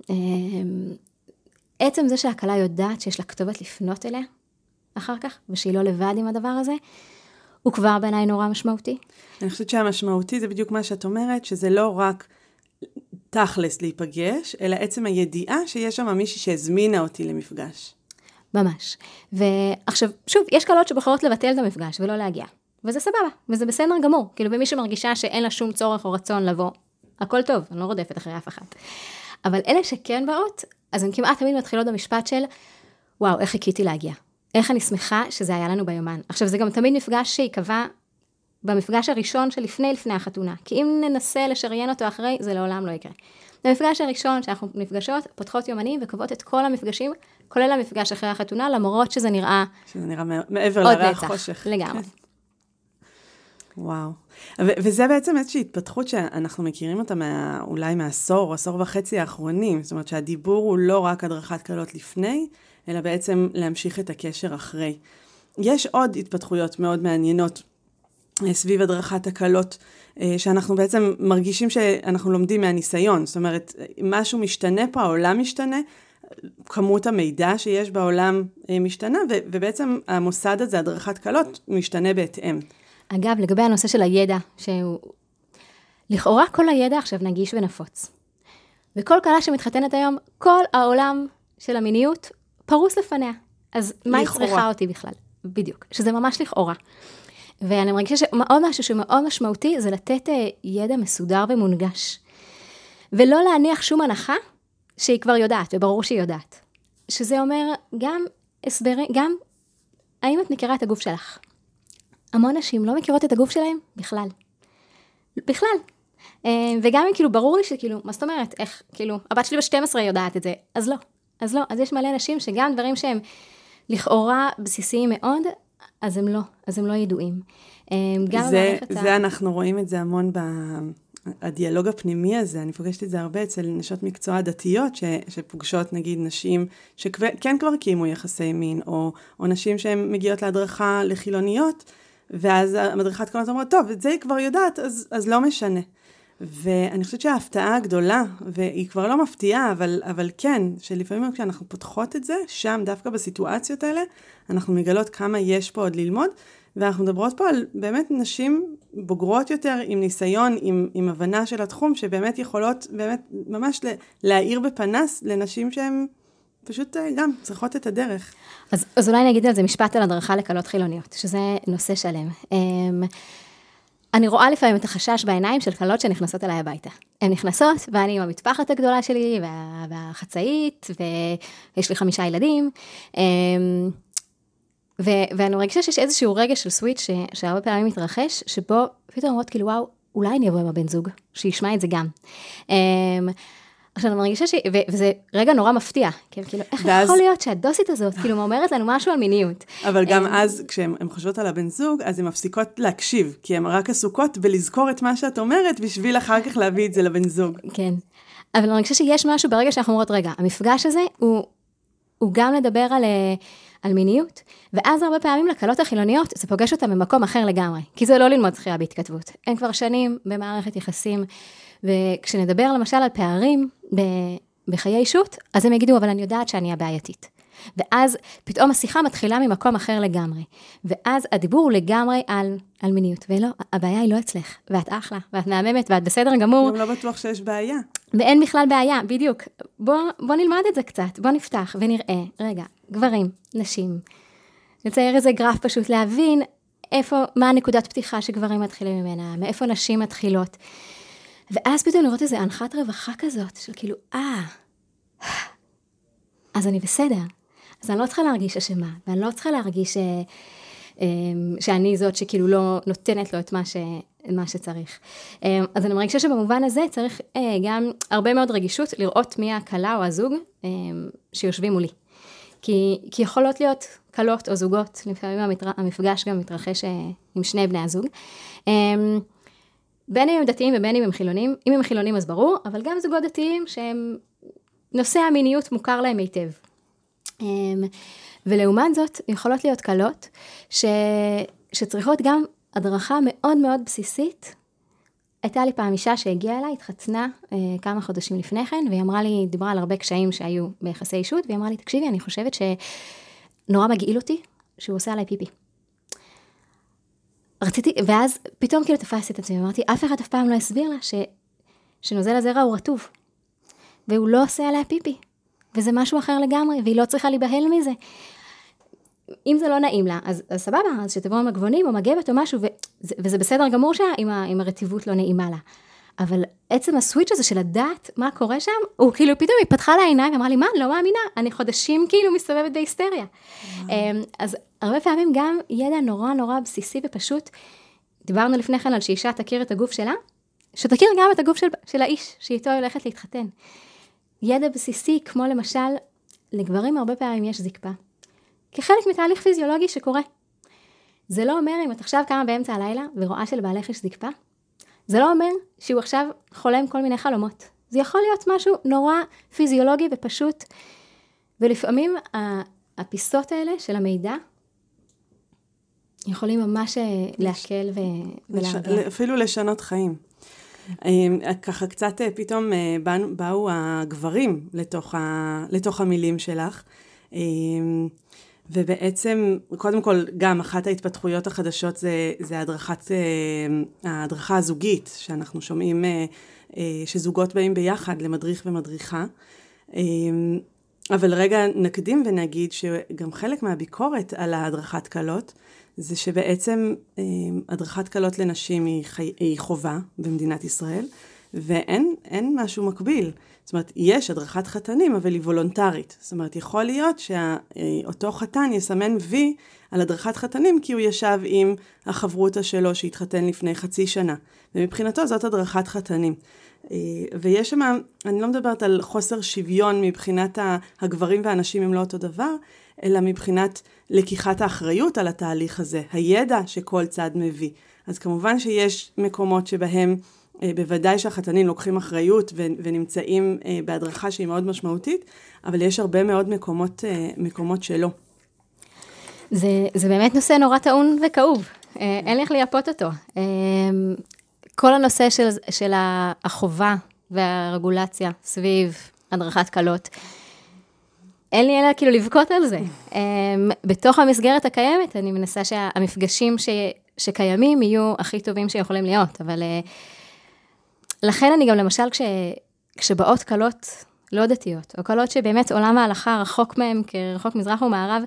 Speaker 3: עצם זה שהקלה יודעת שיש לה כתובת לפנות אליה, אחר כך, ושהיא לא לבד עם הדבר הזה, הוא כבר בעיניי נורא משמעותי.
Speaker 2: אני חושבת שהמשמעותי זה בדיוק מה שאת אומרת, שזה לא רק תכלס להיפגש, אלא עצם הידיעה שיש שם מישהי שהזמינה אותי למפגש.
Speaker 3: ממש. ועכשיו, שוב, יש קלות שבוחרות לבטל את המפגש ולא להגיע. וזה סבבה, וזה בסדר גמור. כאילו, במי שמרגישה שאין לה שום צורך או רצון לבוא, הכל טוב, אני לא רודפת אחרי אף אחת. אבל אלה שכן באות, אז הן כמעט תמיד מתחילות במשפט של, וואו, איך חיכיתי להגיע. איך אני שמחה שזה היה לנו ביומן. עכשיו, זה גם תמיד מפגש שיקבע במפגש הראשון שלפני לפני החתונה. כי אם ננסה לשריין אותו אחרי, זה לעולם לא יקרה. במפגש הראשון שאנחנו נפגשות, פותחות יומנים וקובעות את כל המפגשים, כולל המפגש אחרי החתונה, למרות שזה נראה...
Speaker 2: שזה נראה מעבר לריח חושך.
Speaker 3: לגמרי.
Speaker 2: וואו. ו- וזה בעצם איזושהי התפתחות שאנחנו מכירים אותה מה, אולי מהעשור, עשור וחצי האחרונים. זאת אומרת שהדיבור הוא לא רק הדרכת קלות לפני, אלא בעצם להמשיך את הקשר אחרי. יש עוד התפתחויות מאוד מעניינות סביב הדרכת הקלות, שאנחנו בעצם מרגישים שאנחנו לומדים מהניסיון. זאת אומרת, משהו משתנה פה, העולם משתנה, כמות המידע שיש בעולם משתנה, ו- ובעצם המוסד הזה, הדרכת קלות, משתנה בהתאם.
Speaker 3: אגב, לגבי הנושא של הידע, שהוא... לכאורה כל הידע עכשיו נגיש ונפוץ. וכל קלה שמתחתנת היום, כל העולם של המיניות פרוס לפניה. אז מה היא צריכה אותי בכלל? בדיוק, שזה ממש לכאורה. ואני מרגישה שמאוד משהו שהוא מאוד משמעותי, זה לתת ידע מסודר ומונגש. ולא להניח שום הנחה שהיא כבר יודעת, וברור שהיא יודעת. שזה אומר גם הסברים, גם האם את מכירה את הגוף שלך? המון נשים לא מכירות את הגוף שלהם בכלל. בכלל. וגם אם כאילו ברור לי שכאילו, מה זאת אומרת, איך, כאילו, הבת שלי ב-שתים עשרה יודעת את זה, אז לא. אז לא, אז יש מלא נשים שגם דברים שהם לכאורה בסיסיים מאוד, אז הם לא, אז הם לא ידועים. גם
Speaker 2: זה, זה אנחנו רואים את זה המון בדיאלוג הפנימי הזה, אני פוגשת את זה הרבה אצל נשות מקצוע דתיות, ש, שפוגשות נגיד נשים שכן כבר קיימו יחסי מין, או, או נשים שהן מגיעות להדרכה לחילוניות, ואז המדריכת קולות אומרת, טוב, את זה היא כבר יודעת, אז, אז לא משנה. ואני חושבת שההפתעה הגדולה, והיא כבר לא מפתיעה, אבל, אבל כן, שלפעמים כשאנחנו פותחות את זה, שם דווקא בסיטואציות האלה, אנחנו מגלות כמה יש פה עוד ללמוד, ואנחנו מדברות פה על באמת נשים בוגרות יותר, עם ניסיון, עם, עם הבנה של התחום, שבאמת יכולות באמת ממש להאיר בפנס לנשים שהן פשוט גם צריכות את הדרך.
Speaker 3: אז, אז אולי נגיד על זה משפט על הדרכה לקלות חילוניות, שזה נושא שלם. אני רואה לפעמים את החשש בעיניים של קלות שנכנסות אליי הביתה. הן נכנסות, ואני עם המטפחת הגדולה שלי, וה, והחצאית, ויש לי חמישה ילדים, ו, ואני מרגישה שיש איזשהו רגש של סוויץ' שהרבה פעמים מתרחש, שבו פתאום אומרות כאילו, וואו, אולי אני אבוא עם הבן זוג, שישמע את זה גם. עכשיו, אני מרגישה ש... וזה רגע נורא מפתיע, כאילו, איך ואז... יכול להיות שהדוסית הזאת, כאילו, אומרת לנו משהו על מיניות.
Speaker 2: אבל גם אז, כשהן חושבות על הבן זוג, אז הן מפסיקות להקשיב, כי הן רק עסוקות בלזכור את מה שאת אומרת, בשביל אחר כך להביא את זה לבן זוג.
Speaker 3: כן. אבל אני מרגישה שיש משהו ברגע שאנחנו אומרות, רגע, המפגש הזה הוא, הוא גם לדבר על, על מיניות, ואז הרבה פעמים לקלות החילוניות, זה פוגש אותם במקום אחר לגמרי, כי זה לא ללמוד שחייה בהתכתבות. הם כבר שנים במערכת יחסים, וכשנדבר למשל על פערים בחיי אישות, אז הם יגידו, אבל אני יודעת שאני הבעייתית. ואז פתאום השיחה מתחילה ממקום אחר לגמרי. ואז הדיבור הוא לגמרי על, על מיניות. ולא, הבעיה היא לא אצלך, ואת אחלה, ואת מהממת, ואת בסדר גמור.
Speaker 2: גם לא בטוח שיש בעיה.
Speaker 3: ואין בכלל בעיה, בדיוק. בוא, בוא נלמד את זה קצת, בוא נפתח ונראה, רגע, גברים, נשים. נצייר איזה גרף פשוט להבין איפה, מה הנקודת פתיחה שגברים מתחילים ממנה, מאיפה נשים מתחילות. ואז פתאום לראות איזו הנחת רווחה כזאת, של כאילו, אה, אז אני בסדר. אז אני לא צריכה להרגיש אשמה, ואני לא צריכה להרגיש ש... שאני זאת שכאילו לא נותנת לו את מה, ש... מה שצריך. אז אני מרגישה שבמובן הזה צריך גם הרבה מאוד רגישות לראות מי הקלה או הזוג שיושבים מולי. כי, כי יכולות להיות קלות או זוגות, לפעמים המתר... המפגש גם מתרחש עם שני בני הזוג. בין אם הם דתיים ובין אם הם חילונים, אם הם חילונים אז ברור, אבל גם זוגות דתיים שהם נושא המיניות מוכר להם היטב. ולעומת זאת, יכולות להיות קלות, ש... שצריכות גם הדרכה מאוד מאוד בסיסית. הייתה לי פעם אישה שהגיעה אליי, התחתנה אה, כמה חודשים לפני כן, והיא אמרה לי, דיברה על הרבה קשיים שהיו ביחסי אישות, והיא אמרה לי, תקשיבי, אני חושבת שנורא מגעיל אותי, שהוא עושה עליי פיפי. רציתי, ואז פתאום כאילו תפסתי את עצמי, אמרתי, אף אחד אף פעם לא הסביר לה ש... שנוזל הזרע הוא רטוב, והוא לא עושה עליה פיפי. וזה משהו אחר לגמרי, והיא לא צריכה להיבהל מזה. אם זה לא נעים לה, אז, אז סבבה, אז שתבוא עם מגבונים או מגבת או משהו, וזה, וזה בסדר גמור שאם הרטיבות לא נעימה לה. אבל עצם הסוויץ' הזה של לדעת מה קורה שם, הוא כאילו פתאום היא פתחה לה עיניים, ואמרה לי, מה, לא מאמינה, אני חודשים כאילו מסתובבת בהיסטריה. אז הרבה פעמים גם ידע נורא נורא בסיסי ופשוט, דיברנו לפני כן על שאישה תכיר את הגוף שלה, שתכיר גם את הגוף של, של האיש, שאיתו הולכת להתחתן. ידע בסיסי, כמו למשל, לגברים הרבה פעמים יש זקפה. כחלק מתהליך פיזיולוגי שקורה. זה לא אומר, אם את עכשיו קמה באמצע הלילה, ורואה שלבעלך יש זקפה, זה לא אומר שהוא עכשיו חולם כל מיני חלומות. זה יכול להיות משהו נורא פיזיולוגי ופשוט, ולפעמים הפיסות האלה של המידע, יכולים ממש להקל ולהרגיע.
Speaker 2: אפילו לשנות חיים. ככה קצת פתאום באו הגברים לתוך, ה, לתוך המילים שלך, ובעצם קודם כל גם אחת ההתפתחויות החדשות זה, זה הדרכת, ההדרכה הזוגית, שאנחנו שומעים שזוגות באים ביחד למדריך ומדריכה, אבל רגע נקדים ונגיד שגם חלק מהביקורת על ההדרכת קלות, זה שבעצם הדרכת קלות לנשים היא, חי... היא חובה במדינת ישראל, ואין אין משהו מקביל. זאת אומרת, יש הדרכת חתנים, אבל היא וולונטרית. זאת אומרת, יכול להיות שאותו חתן יסמן וי על הדרכת חתנים, כי הוא ישב עם החברותה שלו שהתחתן לפני חצי שנה. ומבחינתו זאת הדרכת חתנים. ויש שם, אני לא מדברת על חוסר שוויון מבחינת הגברים והנשים הם לא אותו דבר, אלא מבחינת לקיחת האחריות על התהליך הזה, הידע שכל צד מביא. אז כמובן שיש מקומות שבהם בוודאי שהחתנים לוקחים אחריות ונמצאים בהדרכה שהיא מאוד משמעותית, אבל יש הרבה מאוד מקומות, מקומות שלא.
Speaker 3: זה, זה באמת נושא נורא טעון וכאוב, אין לי איך לייפות אותו. כל הנושא של, של החובה והרגולציה סביב הדרכת קלות, אין לי אלא כאילו לבכות על זה. בתוך המסגרת הקיימת, אני מנסה שהמפגשים ש, שקיימים יהיו הכי טובים שיכולים להיות, אבל לכן אני גם למשל כש, כשבאות קלות לא דתיות, או קלות שבאמת עולם ההלכה רחוק מהם, כרחוק מזרח ומערב,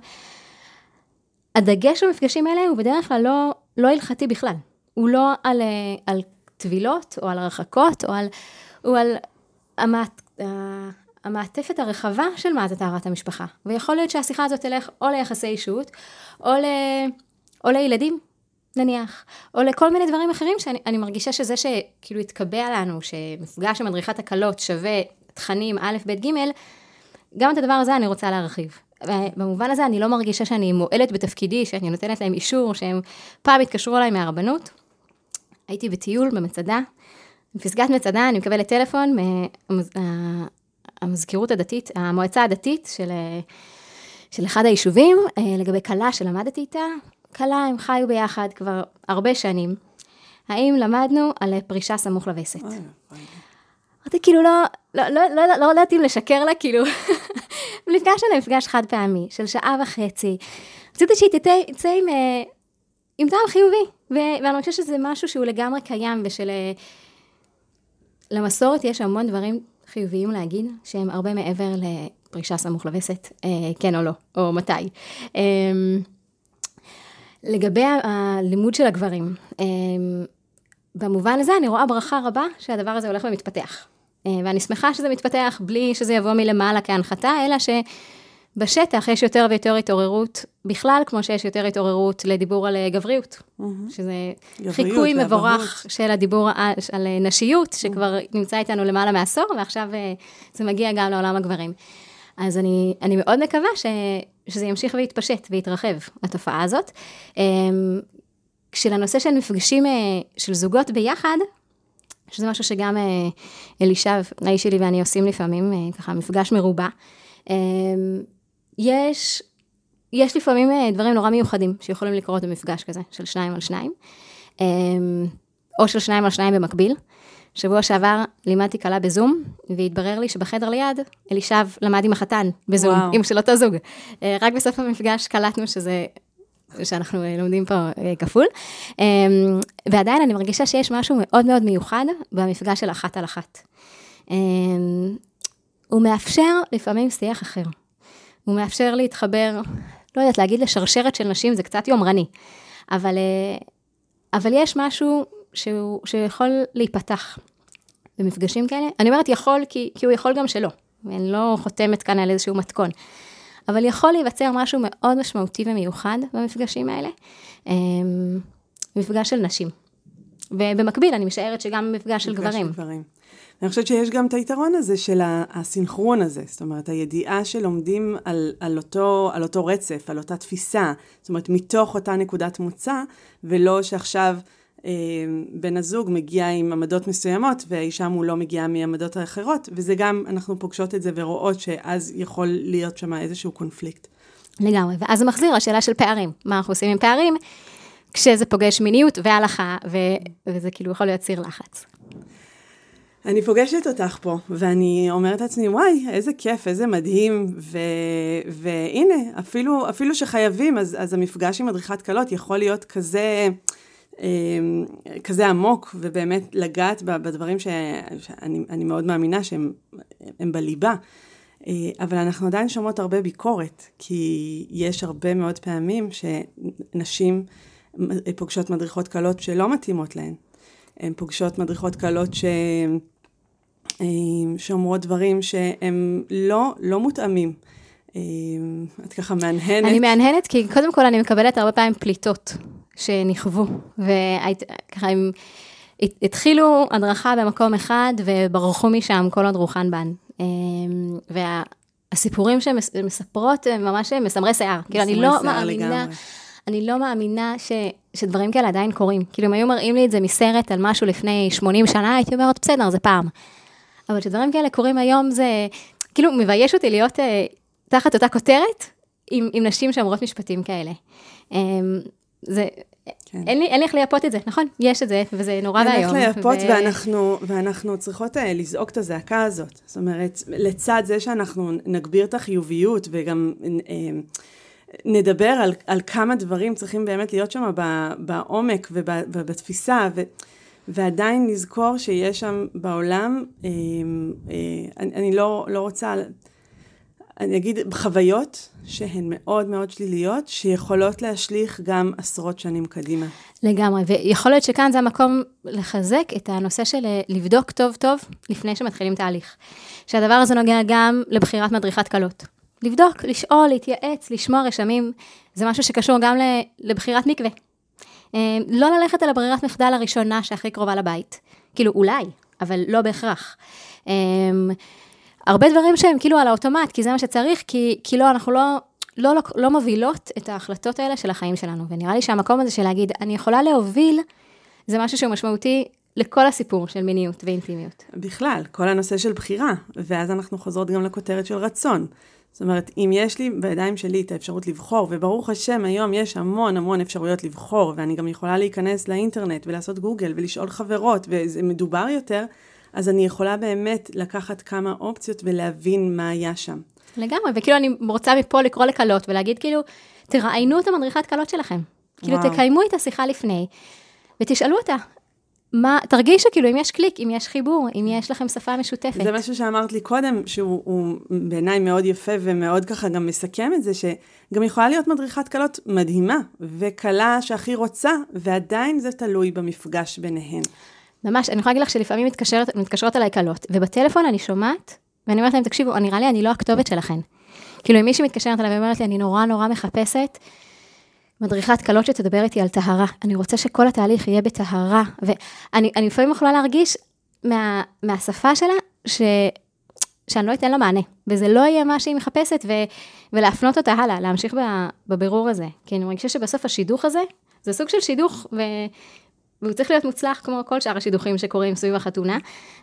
Speaker 3: הדגש במפגשים האלה הוא בדרך כלל לא, לא הלכתי בכלל. הוא לא על, על תבילות, או על הרחקות, או על, הוא על המעט, המעטפת הרחבה של מה זה טהרת המשפחה. ויכול להיות שהשיחה הזאת תלך או ליחסי אישות, או, ל, או לילדים, נניח, או לכל מיני דברים אחרים שאני אני מרגישה שזה שכאילו התקבע לנו, שמפגש המדריכת הקלות שווה תכנים א', ב', ג', גם את הדבר הזה אני רוצה להרחיב. במובן הזה אני לא מרגישה שאני מועלת בתפקידי, שאני נותנת להם אישור, שהם פעם התקשרו אליי מהרבנות. הייתי בטיול במצדה, בפסגת מצדה, אני מקבלת טלפון מהמזכירות הדתית, המועצה הדתית של, של אחד היישובים, לגבי קלה שלמדתי איתה, קלה הם חיו ביחד כבר הרבה שנים. האם למדנו על פרישה סמוך לווסת? אמרתי, כאילו, לא, לא, לא, לא, לא יודעתי אם לשקר לה, כאילו, מפגש שלה מפגש חד פעמי, של שעה וחצי. רציתי שהיא תצא עם, עם טעם חיובי, ואני חושבת שזה משהו שהוא לגמרי קיים, ושל... למסורת יש המון דברים חיוביים להגיד, שהם הרבה מעבר לפרישה סמוך לווסת, כן או לא, או מתי. לגבי הלימוד של הגברים, במובן הזה אני רואה ברכה רבה שהדבר הזה הולך ומתפתח. ואני שמחה שזה מתפתח בלי שזה יבוא מלמעלה כהנחתה, אלא שבשטח יש יותר ויותר התעוררות בכלל, כמו שיש יותר התעוררות לדיבור על גבריות, שזה חיקוי מבורך של הדיבור על נשיות, שכבר נמצא איתנו למעלה מעשור, ועכשיו זה מגיע גם לעולם הגברים. אז אני, אני מאוד מקווה ש, שזה ימשיך ויתפשט ויתרחב, התופעה הזאת. כשלנושא של מפגשים של זוגות ביחד, שזה משהו שגם אלישב, נאי שלי ואני עושים לפעמים, ככה מפגש מרובע, יש, יש לפעמים דברים נורא מיוחדים שיכולים לקרות במפגש כזה, של שניים על שניים, או של שניים על שניים במקביל. שבוע שעבר לימדתי קלה בזום, והתברר לי שבחדר ליד, אלישב למד עם החתן בזום, וואו. עם של אותו זוג. רק בסוף המפגש קלטנו שזה, שאנחנו לומדים פה כפול, ועדיין אני מרגישה שיש משהו מאוד מאוד מיוחד, במפגש של אחת על אחת. הוא מאפשר לפעמים שיח אחר. הוא מאפשר להתחבר, לא יודעת להגיד לשרשרת של נשים, זה קצת יומרני, אבל, אבל יש משהו, שהוא, שיכול להיפתח במפגשים כאלה. אני אומרת יכול, כי, כי הוא יכול גם שלא. ואני לא חותמת כאן על איזשהו מתכון. אבל יכול להיווצר משהו מאוד משמעותי ומיוחד במפגשים האלה. מפגש של נשים. ובמקביל, אני משערת שגם מפגש של גברים. גברים.
Speaker 2: אני חושבת שיש גם את היתרון הזה של הסינכרון הזה. זאת אומרת, הידיעה שלומדים על, על, אותו, על אותו רצף, על אותה תפיסה. זאת אומרת, מתוך אותה נקודת מוצא, ולא שעכשיו... בן הזוג מגיע עם עמדות מסוימות, והאישה הוא לא מגיעה מעמדות האחרות, וזה גם, אנחנו פוגשות את זה ורואות שאז יכול להיות שם איזשהו קונפליקט.
Speaker 3: לגמרי, ואז זה מחזיר לשאלה של פערים. מה אנחנו עושים עם פערים? כשזה פוגש מיניות והלכה, ו- וזה כאילו יכול להיות סיר לחץ.
Speaker 2: אני פוגשת אותך פה, ואני אומרת לעצמי, וואי, איזה כיף, איזה מדהים, ו- והנה, אפילו, אפילו שחייבים, אז, אז המפגש עם מדריכת קלות יכול להיות כזה... כזה עמוק, ובאמת לגעת בדברים שאני אני מאוד מאמינה שהם הם בליבה. אבל אנחנו עדיין שומעות הרבה ביקורת, כי יש הרבה מאוד פעמים שנשים פוגשות מדריכות קלות שלא מתאימות להן. הן פוגשות מדריכות קלות ש... שאומרות דברים שהם לא, לא מותאמים. את ככה מהנהנת.
Speaker 3: אני מהנהנת כי קודם כל אני מקבלת הרבה פעמים פליטות. שנכוו, וככה הם התחילו הדרכה במקום אחד, וברחו משם כל עוד רוחן בן. והסיפורים שהן מספרות, הם ממש מסמרי שיער. כאילו, אני לא מאמינה, אני לא מאמינה שדברים כאלה עדיין קורים. כאילו, אם היו מראים לי את זה מסרט על משהו לפני שמונים שנה, הייתי אומרת, בסדר, זה פעם. אבל שדברים כאלה קורים היום, זה, כאילו, מבייש אותי להיות תחת אותה כותרת, עם נשים שאומרות משפטים כאלה. זה, כן. אין לי, אין לי איך לייפות את זה, נכון? יש את זה, וזה נורא והיום.
Speaker 2: אין איך לייפות, ו... ואנחנו, ואנחנו צריכות לזעוק את הזעקה הזאת. זאת אומרת, לצד זה שאנחנו נגביר את החיוביות, וגם נדבר על, על כמה דברים צריכים באמת להיות שם בעומק ובתפיסה, ו, ועדיין נזכור שיש שם בעולם, אני, אני לא, לא רוצה... אני אגיד, חוויות שהן מאוד מאוד שליליות, שיכולות להשליך גם עשרות שנים קדימה.
Speaker 3: לגמרי, ויכול להיות שכאן זה המקום לחזק את הנושא של לבדוק טוב טוב, לפני שמתחילים תהליך. שהדבר הזה נוגע גם לבחירת מדריכת קלות. לבדוק, לשאול, להתייעץ, לשמוע רשמים, זה משהו שקשור גם לבחירת מקווה. לא ללכת על הברירת מחדל הראשונה שהכי קרובה לבית. כאילו, אולי, אבל לא בהכרח. הרבה דברים שהם כאילו על האוטומט, כי זה מה שצריך, כי, כי לא, אנחנו לא, לא, לא, לא מובילות את ההחלטות האלה של החיים שלנו. ונראה לי שהמקום הזה של להגיד, אני יכולה להוביל, זה משהו שהוא משמעותי לכל הסיפור של מיניות ואינטימיות.
Speaker 2: בכלל, כל הנושא של בחירה, ואז אנחנו חוזרות גם לכותרת של רצון. זאת אומרת, אם יש לי בידיים שלי את האפשרות לבחור, וברוך השם, היום יש המון המון אפשרויות לבחור, ואני גם יכולה להיכנס לאינטרנט ולעשות גוגל ולשאול חברות, וזה מדובר יותר, אז אני יכולה באמת לקחת כמה אופציות ולהבין מה היה שם.
Speaker 3: לגמרי, וכאילו אני רוצה מפה לקרוא לקלות ולהגיד כאילו, תראיינו את המדריכת קלות שלכם. כאילו תקיימו את השיחה לפני, ותשאלו אותה. מה, תרגישו כאילו אם יש קליק, אם יש חיבור, אם יש לכם שפה משותפת.
Speaker 2: זה משהו שאמרת לי קודם, שהוא בעיניי מאוד יפה ומאוד ככה גם מסכם את זה, שגם יכולה להיות מדריכת קלות מדהימה, וקלה שהכי רוצה, ועדיין זה תלוי במפגש ביניהן.
Speaker 3: ממש, אני יכולה להגיד לך שלפעמים מתקשרת, מתקשרות עליי קלות, ובטלפון אני שומעת, ואני אומרת להם, תקשיבו, נראה לי אני לא הכתובת שלכן. כאילו אם מישהי מתקשרת עליי ואומרת לי, אני נורא נורא מחפשת, מדריכת קלות שתדבר איתי על טהרה. אני רוצה שכל התהליך יהיה בטהרה, ואני אני לפעמים יכולה להרגיש מה, מהשפה שלה, ש, שאני לא אתן לה מענה, וזה לא יהיה מה שהיא מחפשת, ו, ולהפנות אותה הלאה, להמשיך בבירור הזה. כי אני מרגישה שבסוף השידוך הזה, זה סוג של שידוך, ו, והוא צריך להיות מוצלח כמו כל שאר השידוכים שקורים סביב החתונה,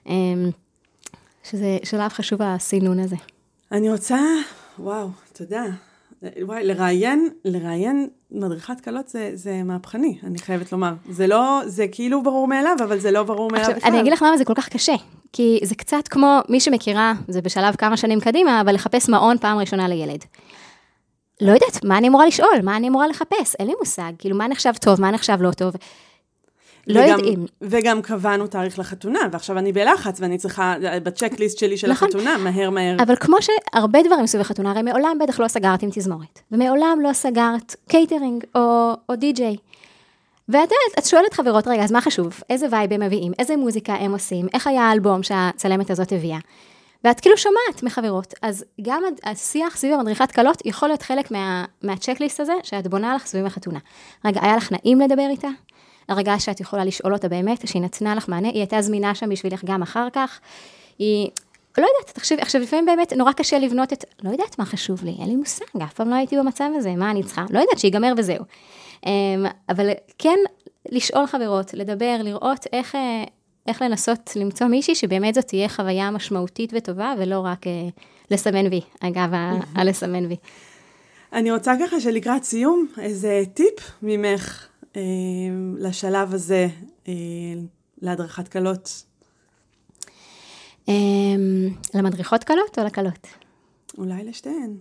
Speaker 3: שזה שלב חשוב הסינון הזה.
Speaker 2: אני רוצה, וואו, תודה. וואי, לראיין, לראיין מדריכת קלות זה, זה מהפכני, אני חייבת לומר. זה לא, זה כאילו ברור מאליו, אבל זה לא ברור מאליו בכלל.
Speaker 3: אני אגיד לך למה זה כל כך קשה, כי זה קצת כמו מי שמכירה, זה בשלב כמה שנים קדימה, אבל לחפש מעון פעם ראשונה לילד. לא יודעת, מה אני אמורה לשאול, מה אני אמורה לחפש, אין לי מושג, כאילו מה נחשב טוב, מה נחשב לא טוב. לא
Speaker 2: וגם,
Speaker 3: יודעים.
Speaker 2: וגם קבענו תאריך לחתונה, ועכשיו אני בלחץ, ואני צריכה, בצ'קליסט שלי של
Speaker 3: נכון.
Speaker 2: החתונה, מהר מהר.
Speaker 3: אבל כמו שהרבה דברים סביב החתונה, הרי מעולם בטח לא סגרת עם תזמורת, ומעולם לא סגרת קייטרינג או, או די-ג'יי. ואת את שואלת חברות, רגע, אז מה חשוב? איזה וייב הם מביאים? איזה מוזיקה הם עושים? איך היה האלבום שהצלמת הזאת הביאה? ואת כאילו שומעת מחברות. אז גם השיח סביב המדריכת קלות יכול להיות חלק מה, מהצ'קליסט הזה, שאת בונה לך סביב החתונה. רגע, היה לך נעים לדבר איתה? הרגע שאת יכולה לשאול אותה באמת, שהיא נתנה לך מענה, היא הייתה זמינה שם בשבילך גם אחר כך, היא, לא יודעת, תחשבי, עכשיו לפעמים באמת נורא קשה לבנות את, לא יודעת מה חשוב לי, אין לי מושג, אף פעם לא הייתי במצב הזה, מה אני צריכה, לא יודעת שיגמר וזהו. אבל כן, לשאול חברות, לדבר, לראות איך, איך לנסות למצוא מישהי, שבאמת זאת תהיה חוויה משמעותית וטובה, ולא רק לסמן וי, אגב, הלסמן וי.
Speaker 2: אני רוצה ככה שלקראת סיום, איזה טיפ ממך, לשלב הזה, להדרכת קלות?
Speaker 3: למדריכות קלות או לקלות?
Speaker 2: אולי לשתיהן.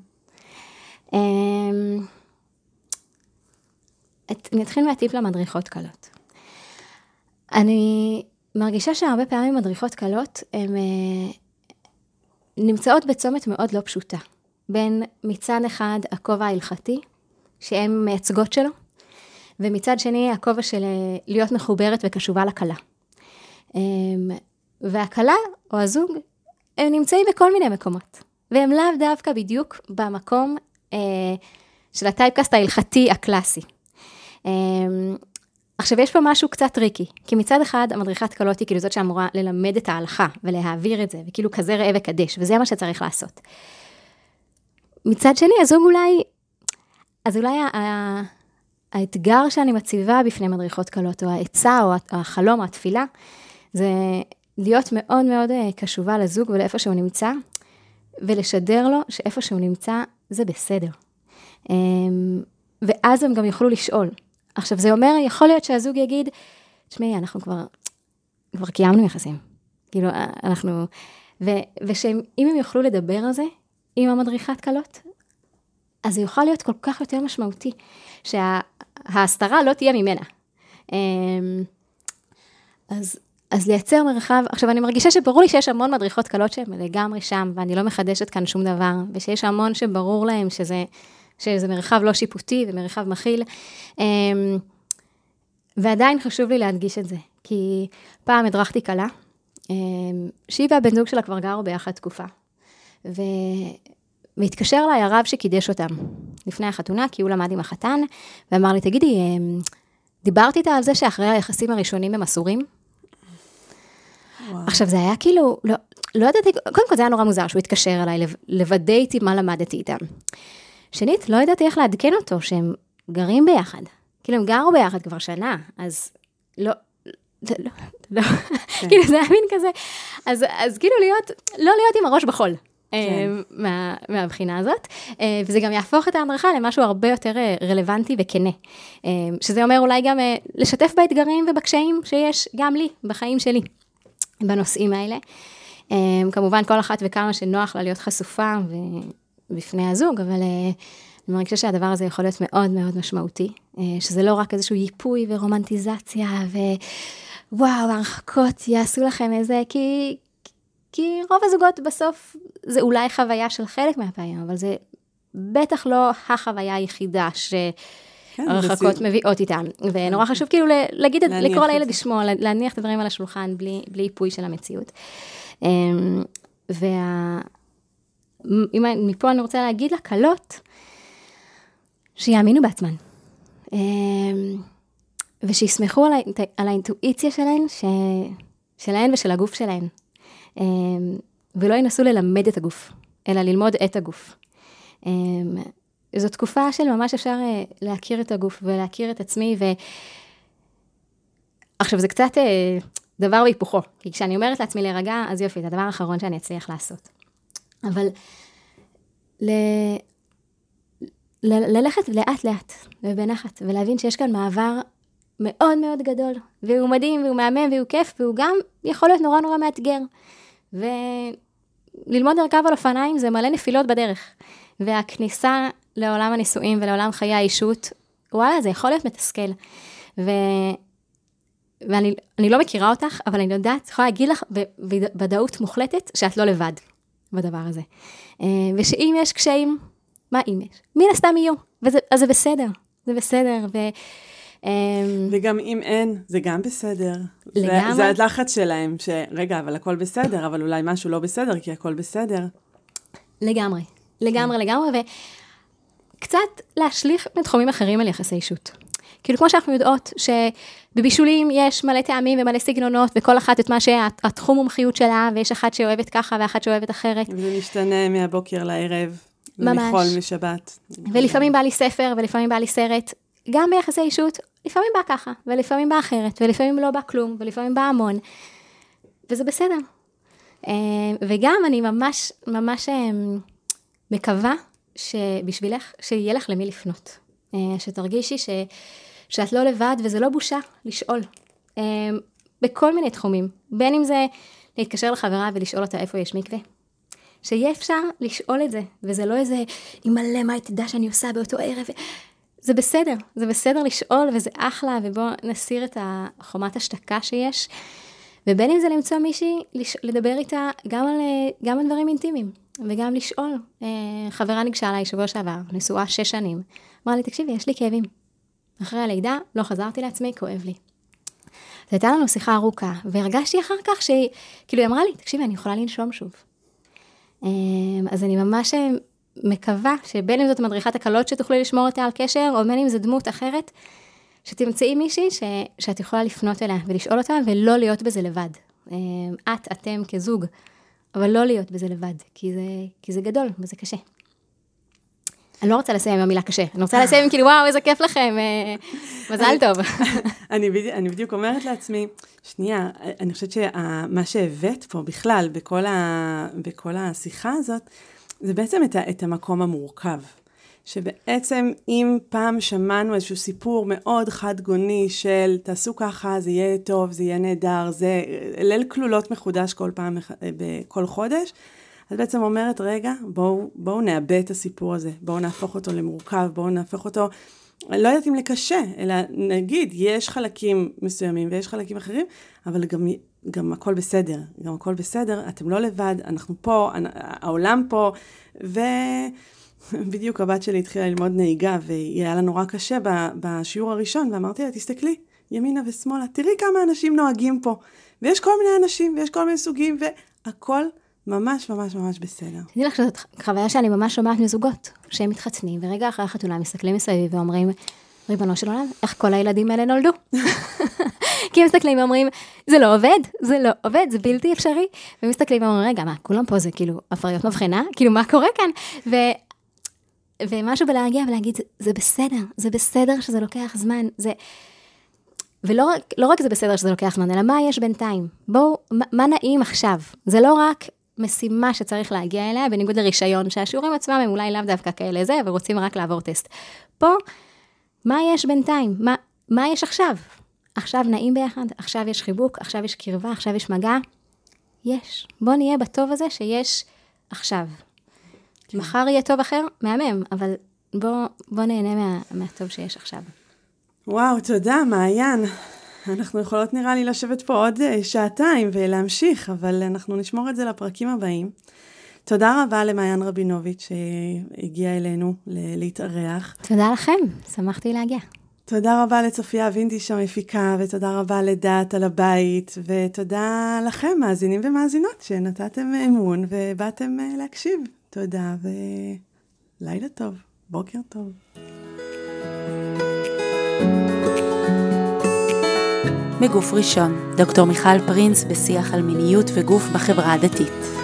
Speaker 3: אני אתחיל מהטיפ למדריכות קלות. אני מרגישה שהרבה פעמים מדריכות קלות, הן נמצאות בצומת מאוד לא פשוטה. בין מצד אחד הכובע ההלכתי, שהן מייצגות שלו, ומצד שני, הכובע של להיות מחוברת וקשובה לקלה. והקלה, או הזוג, הם נמצאים בכל מיני מקומות. והם לאו דווקא בדיוק במקום של הטייפקאסט ההלכתי הקלאסי. עכשיו, יש פה משהו קצת טריקי, כי מצד אחד, המדריכת קלות היא כאילו זאת שאמורה ללמד את ההלכה, ולהעביר את זה, וכאילו כזה ראה וקדש, וזה מה שצריך לעשות. מצד שני, הזוג אולי, אז אולי ה... האתגר שאני מציבה בפני מדריכות קלות, או העצה, או החלום, או התפילה, זה להיות מאוד מאוד קשובה לזוג ולאיפה שהוא נמצא, ולשדר לו שאיפה שהוא נמצא זה בסדר. ואז הם גם יוכלו לשאול. עכשיו זה אומר, יכול להיות שהזוג יגיד, תשמעי, אנחנו כבר, כבר קיימנו יחסים. כאילו, אנחנו, ו, ושאם הם יוכלו לדבר על זה, עם המדריכת קלות, אז זה יוכל להיות כל כך יותר משמעותי, שההסתרה לא תהיה ממנה. אז, אז לייצר מרחב, עכשיו אני מרגישה שברור לי שיש המון מדריכות קלות שהן לגמרי שם, ואני לא מחדשת כאן שום דבר, ושיש המון שברור להם שזה, שזה מרחב לא שיפוטי ומרחב מכיל, ועדיין חשוב לי להדגיש את זה, כי פעם הדרכתי קלה, שהיא והבן זוג שלה כבר גרו ביחד תקופה, ו... והתקשר אליי הרב שקידש אותם לפני החתונה, כי הוא למד עם החתן, ואמר לי, תגידי, דיברתי איתה על זה שאחרי היחסים הראשונים הם אסורים? וואו. עכשיו, זה היה כאילו, לא, לא ידעתי, קודם כל זה היה נורא מוזר, שהוא התקשר אליי, לוודא איתי מה למדתי איתם. שנית, לא ידעתי איך לעדכן אותו, שהם גרים ביחד. כאילו, הם גרו ביחד כבר שנה, אז לא, לא, לא, כאילו, זה היה מין כזה, אז, אז כאילו להיות, לא להיות עם הראש בחול. מה, מהבחינה הזאת, וזה גם יהפוך את ההדרכה למשהו הרבה יותר רלוונטי וכנה, שזה אומר אולי גם לשתף באתגרים ובקשיים שיש גם לי, בחיים שלי, בנושאים האלה. כמובן כל אחת וכמה שנוח לה להיות חשופה בפני הזוג, אבל אני מרגישה שהדבר הזה יכול להיות מאוד מאוד משמעותי, שזה לא רק איזשהו ייפוי ורומנטיזציה, ווואו, הרחקות יעשו לכם איזה, כי... כי רוב הזוגות בסוף זה אולי חוויה של חלק מהפעמים, אבל זה בטח לא החוויה היחידה שהרחקות כן, מביאות איתן. ונורא חשוב כאילו להגיד, לקרוא לילד לשמוע, להניח את הדברים על השולחן בלי, בלי איפוי של המציאות. ומפה אני רוצה להגיד לקלות, שיאמינו בעצמן. ושיסמכו על, על האינטואיציה שלהן, ש, שלהן ושל הגוף שלהן. ולא ינסו ללמד את הגוף, אלא ללמוד את הגוף. זו תקופה של ממש אפשר להכיר את הגוף ולהכיר את עצמי, ו... עכשיו זה קצת דבר בהיפוכו, כי כשאני אומרת לעצמי להירגע, אז יופי, זה הדבר האחרון שאני אצליח לעשות. אבל ל... ל... ללכת לאט לאט ובנחת, ולהבין שיש כאן מעבר מאוד מאוד גדול, והוא מדהים, והוא מהמם, והוא כיף, והוא גם יכול להיות נורא נורא מאתגר. וללמוד לרכב על אופניים זה מלא נפילות בדרך. והכניסה לעולם הנישואים ולעולם חיי האישות, וואלה, זה יכול להיות מתסכל. ו... ואני אני לא מכירה אותך, אבל אני יודעת, יכולה להגיד לך בוודאות מוחלטת, שאת לא לבד בדבר הזה. ושאם יש קשיים, מה אם יש? מן הסתם יהיו, וזה, אז זה בסדר, זה בסדר, ו...
Speaker 2: וגם אם אין, זה גם בסדר. לגמרי. זה הדלחץ שלהם, שרגע, אבל הכל בסדר, אבל אולי משהו לא בסדר, כי הכל בסדר.
Speaker 3: לגמרי, לגמרי, לגמרי, וקצת להשליך בתחומים אחרים על יחסי אישות. כאילו כמו שאנחנו יודעות, שבבישולים יש מלא טעמים ומלא סגנונות, וכל אחת את מה שהתחום מומחיות שלה, ויש אחת שאוהבת ככה, ואחת שאוהבת אחרת.
Speaker 2: וזה משתנה מהבוקר לערב, ומחול משבת.
Speaker 3: ולפעמים בא לי ספר, ולפעמים בא לי סרט, גם ביחסי אישות, לפעמים בא ככה, ולפעמים בא אחרת, ולפעמים לא בא כלום, ולפעמים בא המון, וזה בסדר. וגם אני ממש, ממש מקווה שבשבילך, שיהיה לך למי לפנות. שתרגישי ש, שאת לא לבד, וזה לא בושה לשאול. בכל מיני תחומים. בין אם זה להתקשר לחברה ולשאול אותה איפה יש מקווה. שיהיה אפשר לשאול את זה, וזה לא איזה, אם מלא מה תדע שאני עושה באותו ערב. זה בסדר, זה בסדר לשאול, וזה אחלה, ובואו נסיר את החומת השתקה שיש. ובין אם זה למצוא מישהי, לדבר איתה גם על, גם על דברים אינטימיים, וגם לשאול. חברה ניגשה עליי שבוע שעבר, נשואה שש שנים, אמרה לי, תקשיבי, יש לי כאבים. אחרי הלידה, לא חזרתי לעצמי, כואב לי. זו הייתה לנו שיחה ארוכה, והרגשתי אחר כך שהיא, כאילו היא אמרה לי, תקשיבי, אני יכולה לנשום שוב. אז אני ממש מקווה, שבין אם זאת מדריכת הקלות שתוכלי לשמור אותה על קשר, או בין אם זו דמות אחרת, שתמצאי מישהי ש, שאת יכולה לפנות אליה ולשאול אותה, ולא להיות בזה לבד. את, אתם כזוג, אבל לא להיות בזה לבד, כי זה, כי זה גדול וזה קשה. אני לא רוצה לסיים עם המילה קשה, אני רוצה לסיים עם כאילו, וואו, איזה כיף לכם, מזל טוב.
Speaker 2: אני בדיוק אומרת לעצמי, שנייה, אני חושבת שמה שהבאת פה בכלל, בכל השיחה הזאת, זה בעצם את המקום המורכב. שבעצם אם פעם שמענו איזשהו סיפור מאוד חד גוני של תעשו ככה, זה יהיה טוב, זה יהיה נהדר, זה ליל כלולות מחודש כל פעם, בכל חודש, אז בעצם אומרת, רגע, בואו, בואו נאבד את הסיפור הזה, בואו נהפוך אותו למורכב, בואו נהפוך אותו, לא יודעת אם לקשה, אלא נגיד, יש חלקים מסוימים ויש חלקים אחרים, אבל גם, גם הכל בסדר, גם הכל בסדר, אתם לא לבד, אנחנו פה, העולם פה, ו... בדיוק הבת שלי התחילה ללמוד נהיגה, והיא היה לה נורא קשה בשיעור הראשון, ואמרתי לה, תסתכלי, ימינה ושמאלה, תראי כמה אנשים נוהגים פה, ויש כל מיני אנשים, ויש כל מיני סוגים, והכל ממש ממש ממש בסדר.
Speaker 3: תדעי לך שזאת חוויה שאני ממש שומעת מזוגות, שהם מתחתנים, ורגע אחרי החתונה מסתכלים מסביב ואומרים, ריבונו של עולם, איך כל הילדים האלה נולדו? כי הם מסתכלים ואומרים, זה לא עובד, זה לא עובד, זה בלתי אפשרי, ומסתכלים ואומרים, רגע, מה, כולם פה זה כאילו הפריות מבחנה? כאילו, מה קורה כאן? ו... ומשהו בלהגיע ולהגיד, זה בסדר, זה בסדר שזה לוקח זמן, זה... ולא רק, לא רק זה בסדר שזה לוקח זמן, אלא מה יש בינתיים? בואו, מה, מה נעים עכשיו? זה לא רק משימה שצריך להגיע אליה, בניגוד לרישיון, שהשיעורים עצמם הם אולי לאו דווקא כאלה זה, ורוצים רק לעבור טסט. פה, מה יש בינתיים? מה, מה יש עכשיו? עכשיו נעים ביחד, עכשיו יש חיבוק, עכשיו יש קרבה, עכשיו יש מגע. יש. בוא נהיה בטוב הזה שיש עכשיו. כן. מחר יהיה טוב אחר, מהמם, אבל בוא, בוא נהנה מה, מהטוב שיש עכשיו.
Speaker 2: וואו, תודה, מעיין. אנחנו יכולות נראה לי לשבת פה עוד שעתיים ולהמשיך, אבל אנחנו נשמור את זה לפרקים הבאים. תודה רבה למעיין רבינוביץ' שהגיעה אלינו להתארח.
Speaker 3: תודה לכם, שמחתי להגיע.
Speaker 2: תודה רבה לצופיה וינדיש המפיקה, ותודה רבה לדעת על הבית, ותודה לכם, מאזינים ומאזינות, שנתתם אמון ובאתם להקשיב. תודה ולילה טוב, בוקר טוב.
Speaker 1: מגוף ראשון, דוקטור מיכל פרינס בשיח על מיניות וגוף בחברה הדתית.